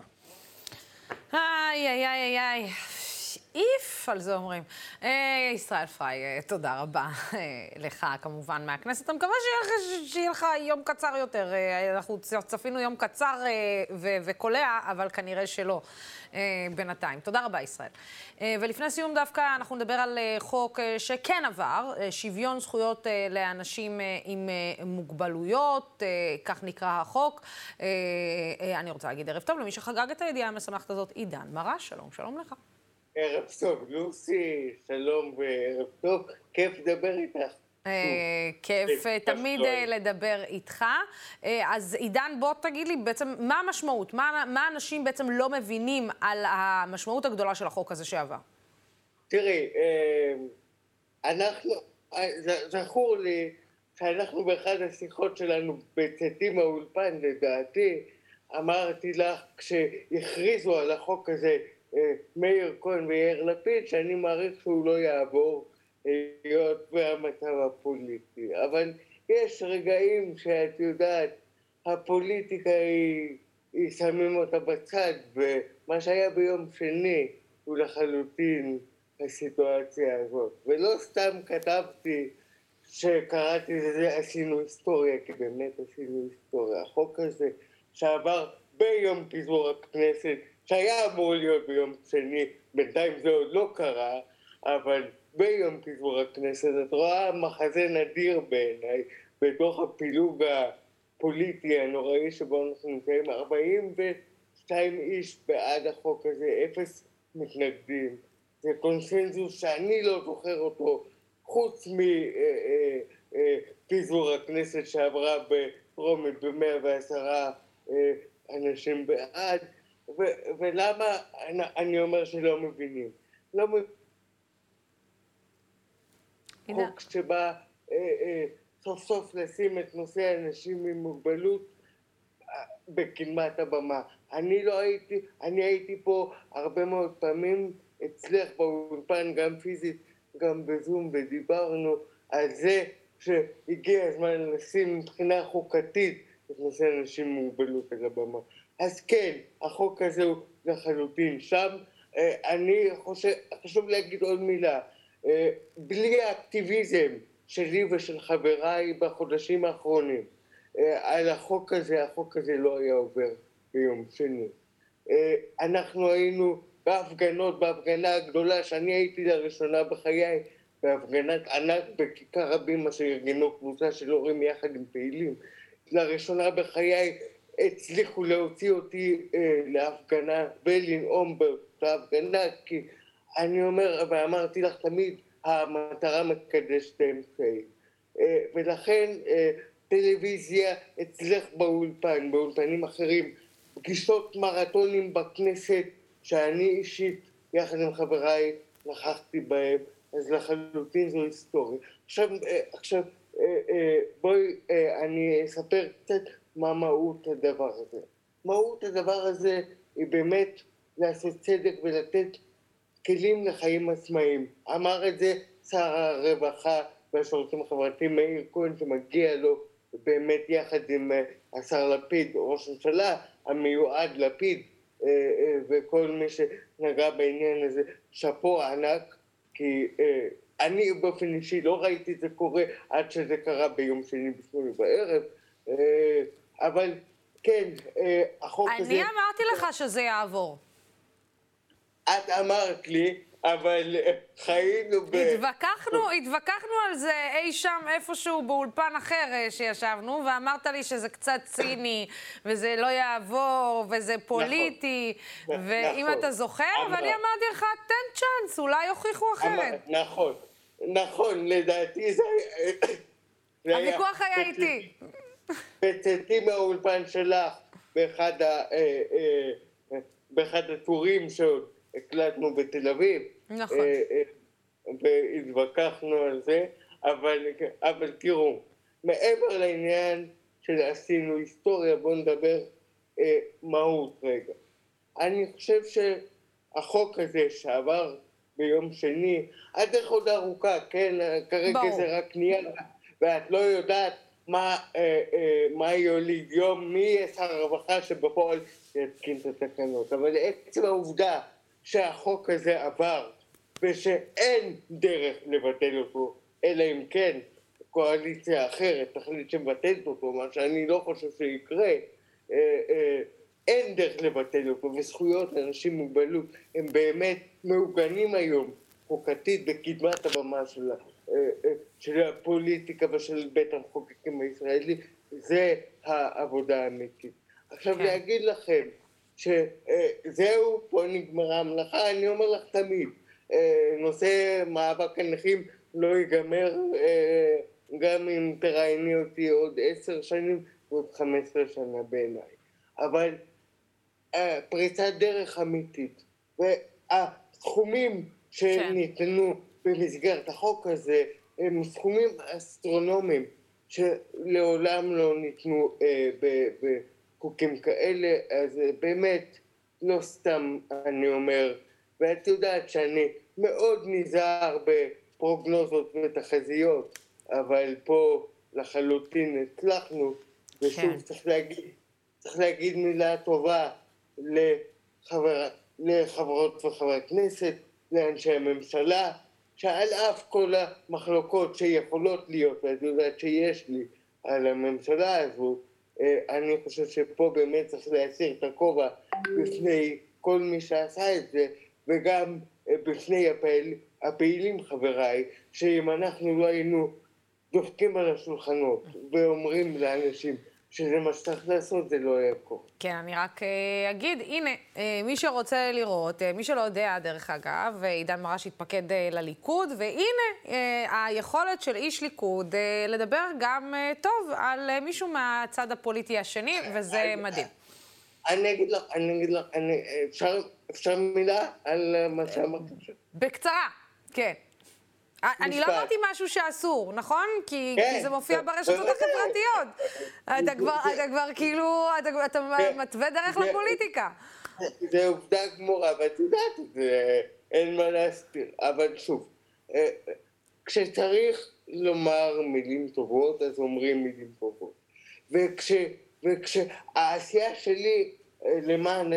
איי. איף, על זה אומרים. ישראל פריי, תודה רבה לך כמובן מהכנסת. אני מקווה שיהיה לך יום קצר יותר. אנחנו צפינו יום קצר וקולע, אבל כנראה שלא בינתיים. תודה רבה, ישראל. ולפני סיום דווקא אנחנו נדבר על חוק שכן עבר, שוויון זכויות לאנשים עם מוגבלויות, כך נקרא החוק. אני רוצה להגיד ערב טוב למי שחגג את הידיעה המשמחת הזאת, עידן מרש. שלום לך. ערב טוב, לוסי, שלום וערב טוב, כיף לדבר איתך. כיף תמיד לדבר איתך. אז עידן, בוא תגיד לי בעצם מה המשמעות, מה אנשים בעצם לא מבינים על המשמעות הגדולה של החוק הזה שעבר. תראי, זכור לי שאנחנו באחד השיחות שלנו בצאתי מהאולפן, לדעתי, אמרתי לך כשהכריזו על החוק הזה מאיר כהן ויאיר לפיד, שאני מעריך שהוא לא יעבור להיות במצב הפוליטי. אבל יש רגעים שאת יודעת, הפוליטיקה היא שמים אותה בצד, ומה שהיה ביום שני הוא לחלוטין הסיטואציה הזאת. ולא סתם כתבתי שקראתי לזה עשינו היסטוריה, כי באמת עשינו היסטוריה. החוק הזה שעבר ביום פיזור הכנסת, שהיה אמור להיות ביום שני, בינתיים זה עוד לא קרה, אבל ביום פיזור הכנסת את רואה מחזה נדיר בעיניי, בתוך הפילוג הפוליטי הנוראי שבו אנחנו נמצאים, 42 איש בעד החוק הזה, 0 מתנגדים. זה קונסנזוס שאני לא זוכר אותו, חוץ מפיזור הכנסת שעברה בטרומית ב110 אנשים בעד. ולמה אני אומר שלא מבינים? לא מבינים. חוק שבא סוף סוף לשים את נושא האנשים עם מוגבלות בקדמת הבמה. אני הייתי פה הרבה מאוד פעמים אצלך באולפן, גם פיזית, גם בזום, ודיברנו על זה שהגיע הזמן לשים מבחינה חוקתית את נושא האנשים עם מוגבלות על הבמה. אז כן, החוק הזה הוא לחלוטין שם. אני חשוב להגיד עוד מילה. בלי האקטיביזם שלי ושל חבריי בחודשים האחרונים על החוק הזה לא היה עובר ביום שני. אנחנו היינו בהפגנה הגדולה שאני הייתי לראשונה בחיי, בהפגנת ענק בכיכר הבימה שארגנו קבוצה של הורים יחד עם פעילים. לראשונה בחיי הצליחו להוציא אותי להפגנה ולנאום בהפגנה, כי אני אומר ואמרתי לך תמיד, המטרה מקדשת האמצעים. ולכן טלוויזיה אצלך באולפנים אחרים, פגישות מרתונים בכנסת שאני אישית יחד עם חבריי נכחתי בהם, אז לחלוטין זו היסטוריה. עכשיו בואי אני אספר קצת מה מהות הדבר הזה. מהות הדבר הזה היא באמת לעשות צדק ולתת כלים לחיים עצמאיים. אמר את זה שר הרווחה והשירותים החברתיים מאיר כהן, שמגיע לו באמת יחד עם השר לפיד, ראש הממשלה המיועד לפיד, וכל מי שנגע בעניין הזה, שאפו ענק, כי אני באופן אישי לא ראיתי את זה קורה עד שזה קרה ביום שני בשמונה בערב, אבל כן, החוק הזה... אני אמרתי לך שזה יעבור. את אמרת לי, אבל חיינו התווכחנו על זה אי שם איפשהו באולפן אחר שישבנו, ואמרת לי שזה קצת ציני, וזה לא יעבור, וזה פוליטי, ואם אתה זוכר, ואני אמרתי לך, תן צ'אנס, אולי יוכיחו אחרת. נכון, לדעתי זה היה... הוויכוח היה איתי. בצאתי מהאולפן שלך, באחד הטורים שעוד הקלטנו בתל אביב. נכון. והתווכחנו על זה, אבל תראו, מעבר לעניין של עשינו היסטוריה, בואו נדבר מהות רגע. אני חושב שהחוק הזה שעבר ביום שני, הדרך עוד ארוכה, כן? כרגע זה רק נייר, ואת לא יודעת מה יוליד יום, מי יהיה שר הרווחה שבפועל יתקין את התקנות. אבל עצם העובדה שהחוק הזה עבר, ושאין דרך לבטל אותו, אלא אם כן קואליציה אחרת תחליט שמבטלת אותו, מה שאני לא חושב שיקרה, אין דרך לבטל אותו, וזכויות לאנשים עם מוגבלות הם באמת מעוגנים היום חוקתית בקדמת הבמה של הפוליטיקה ושל בית המחוקקים הישראלי. זה העבודה האמיתית. עכשיו להגיד לכם שזהו, פה נגמרה המלאכה, אני אומר לך תמיד, נושא מאבק הנכים לא ייגמר גם אם תראייני אותי עוד 10 שנים ועוד 15 שנה בעיניי. אבל פריצת דרך אמיתית, והסכומים שניתנו במסגרת החוק הזה הם סכומים אסטרונומיים שלעולם לא ניתנו בחוקים כאלה, אז באמת לא סתם אני אומר, ואת יודעת שאני מאוד נזהר בפרוגנוזות ותחזיות, אבל פה לחלוטין הצלחנו, ושוב צריך להגיד מילה טובה לחברות וחברי הכנסת, לאנשי הממשלה, שעל אף כל המחלוקות שיכולות להיות, ואת יודעת שיש לי על הממשלה הזו, אני חושב שפה באמת צריך להסיר את הכובע בפני כל מי שעשה את זה, וגם בפני הפעילים חבריי, שאם אנחנו לא היינו דופקים על השולחנות ואומרים לאנשים שזה מה שצריך לעשות, זה לא יקור. כן, אני רק אגיד, הנה, מי שרוצה לראות, מי שלא יודע, דרך אגב, עידן מרש התפקד לליכוד, והנה היכולת של איש ליכוד לדבר גם טוב על מישהו מהצד הפוליטי השני, וזה מדהים. אני אגיד לך, אפשר מילה על מה שאמרת? בקצרה, כן. אני לא אמרתי משהו שאסור, נכון? כי זה מופיע ברשתות החברתיות. אתה כבר כאילו, אתה מתווה דרך לפוליטיקה. זה עובדה גמורה, ואת יודעת, אין מה להסתיר. אבל שוב, כשצריך לומר מילים טובות, אז אומרים מילים טובות. וכשהעשייה שלי למען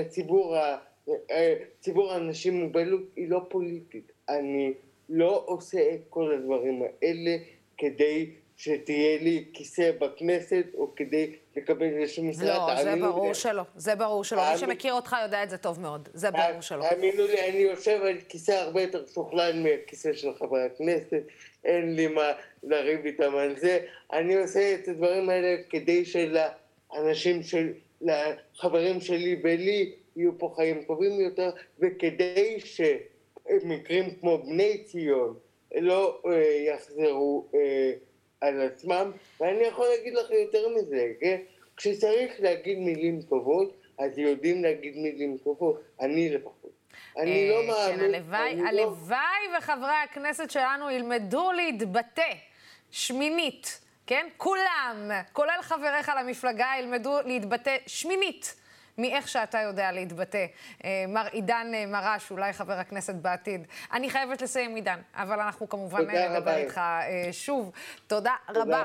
ציבור האנשים עם מוגבלות היא לא פוליטית. אני לא עושה את כל הדברים האלה כדי שתהיה לי כיסא בכנסת, או כדי לקבל איזשהו משרד. לא, זה ברור שלא. זה ברור שלא. מי שמכיר אותך יודע את זה טוב מאוד. זה ברור שלא. האמינו לי, אני יושב על כיסא הרבה יותר שוכלן מהכיסא של חברי הכנסת. אין לי מה לריב איתם על זה. אני עושה את הדברים האלה כדי שלאנשים, לחברים שלי ולי, יהיו פה חיים טובים יותר, וכדי מקרים כמו בני ציון לא יחזרו על עצמם. ואני יכול להגיד לך יותר מזה, כן? כשצריך להגיד מילים טובות, אז יודעים להגיד מילים טובות. אני לפחות. אני לא מאמין. הלוואי וחברי הכנסת שלנו ילמדו להתבטא שמינית, כן? כולם, כולל חבריך למפלגה, ילמדו להתבטא שמינית. מאיך שאתה יודע להתבטא. מר עידן מרש, אולי חבר הכנסת בעתיד. אני חייבת לסיים, עידן, אבל אנחנו כמובן נדבר איתך שוב. תודה רבה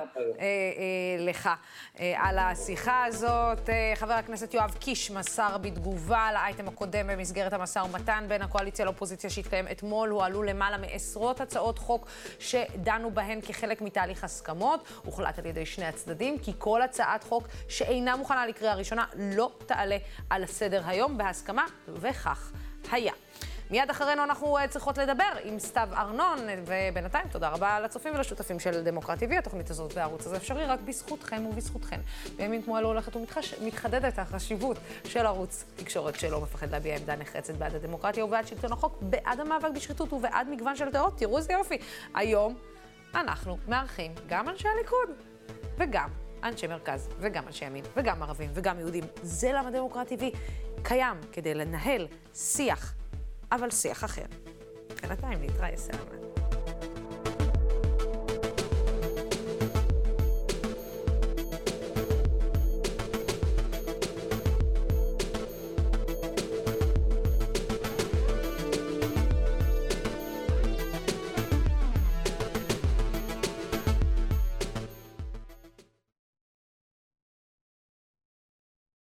לך על השיחה הזאת. חבר הכנסת יואב קיש מסר בתגובה לאייטם הקודם במסגרת המשא ומתן בין הקואליציה לאופוזיציה שהתקיים אתמול. הועלו למעלה מעשרות הצעות חוק שדנו בהן כחלק מתהליך הסכמות. הוחלט על ידי שני הצדדים כי כל הצעת חוק שאינה מוכנה לקריאה ראשונה לא תעלה על הסדר היום בהסכמה, וכך היה. מיד אחרינו אנחנו צריכות לדבר עם סתיו ארנון, ובינתיים תודה רבה לצופים ולשותפים של דמוקרטי TV. התוכנית הזאת והערוץ הזה אפשרי רק בזכותכם ובזכותכן. בימים כמו אלו הולכת ומתחדדת החשיבות של ערוץ תקשורת שלא מפחד להביע עמדה נחרצת בעד הדמוקרטיה ובעד שלטון החוק, בעד המאבק בשחיתות ובעד מגוון של דעות. תראו איזה יופי. היום אנחנו מארחים גם אנשי הליכוד וגם אנשי מרכז, וגם אנשי ימין, וגם ערבים, וגם יהודים. זה למה דמוקרטי TV קיים כדי לנהל שיח, אבל שיח אחר. בינתיים להתראה, סלמת.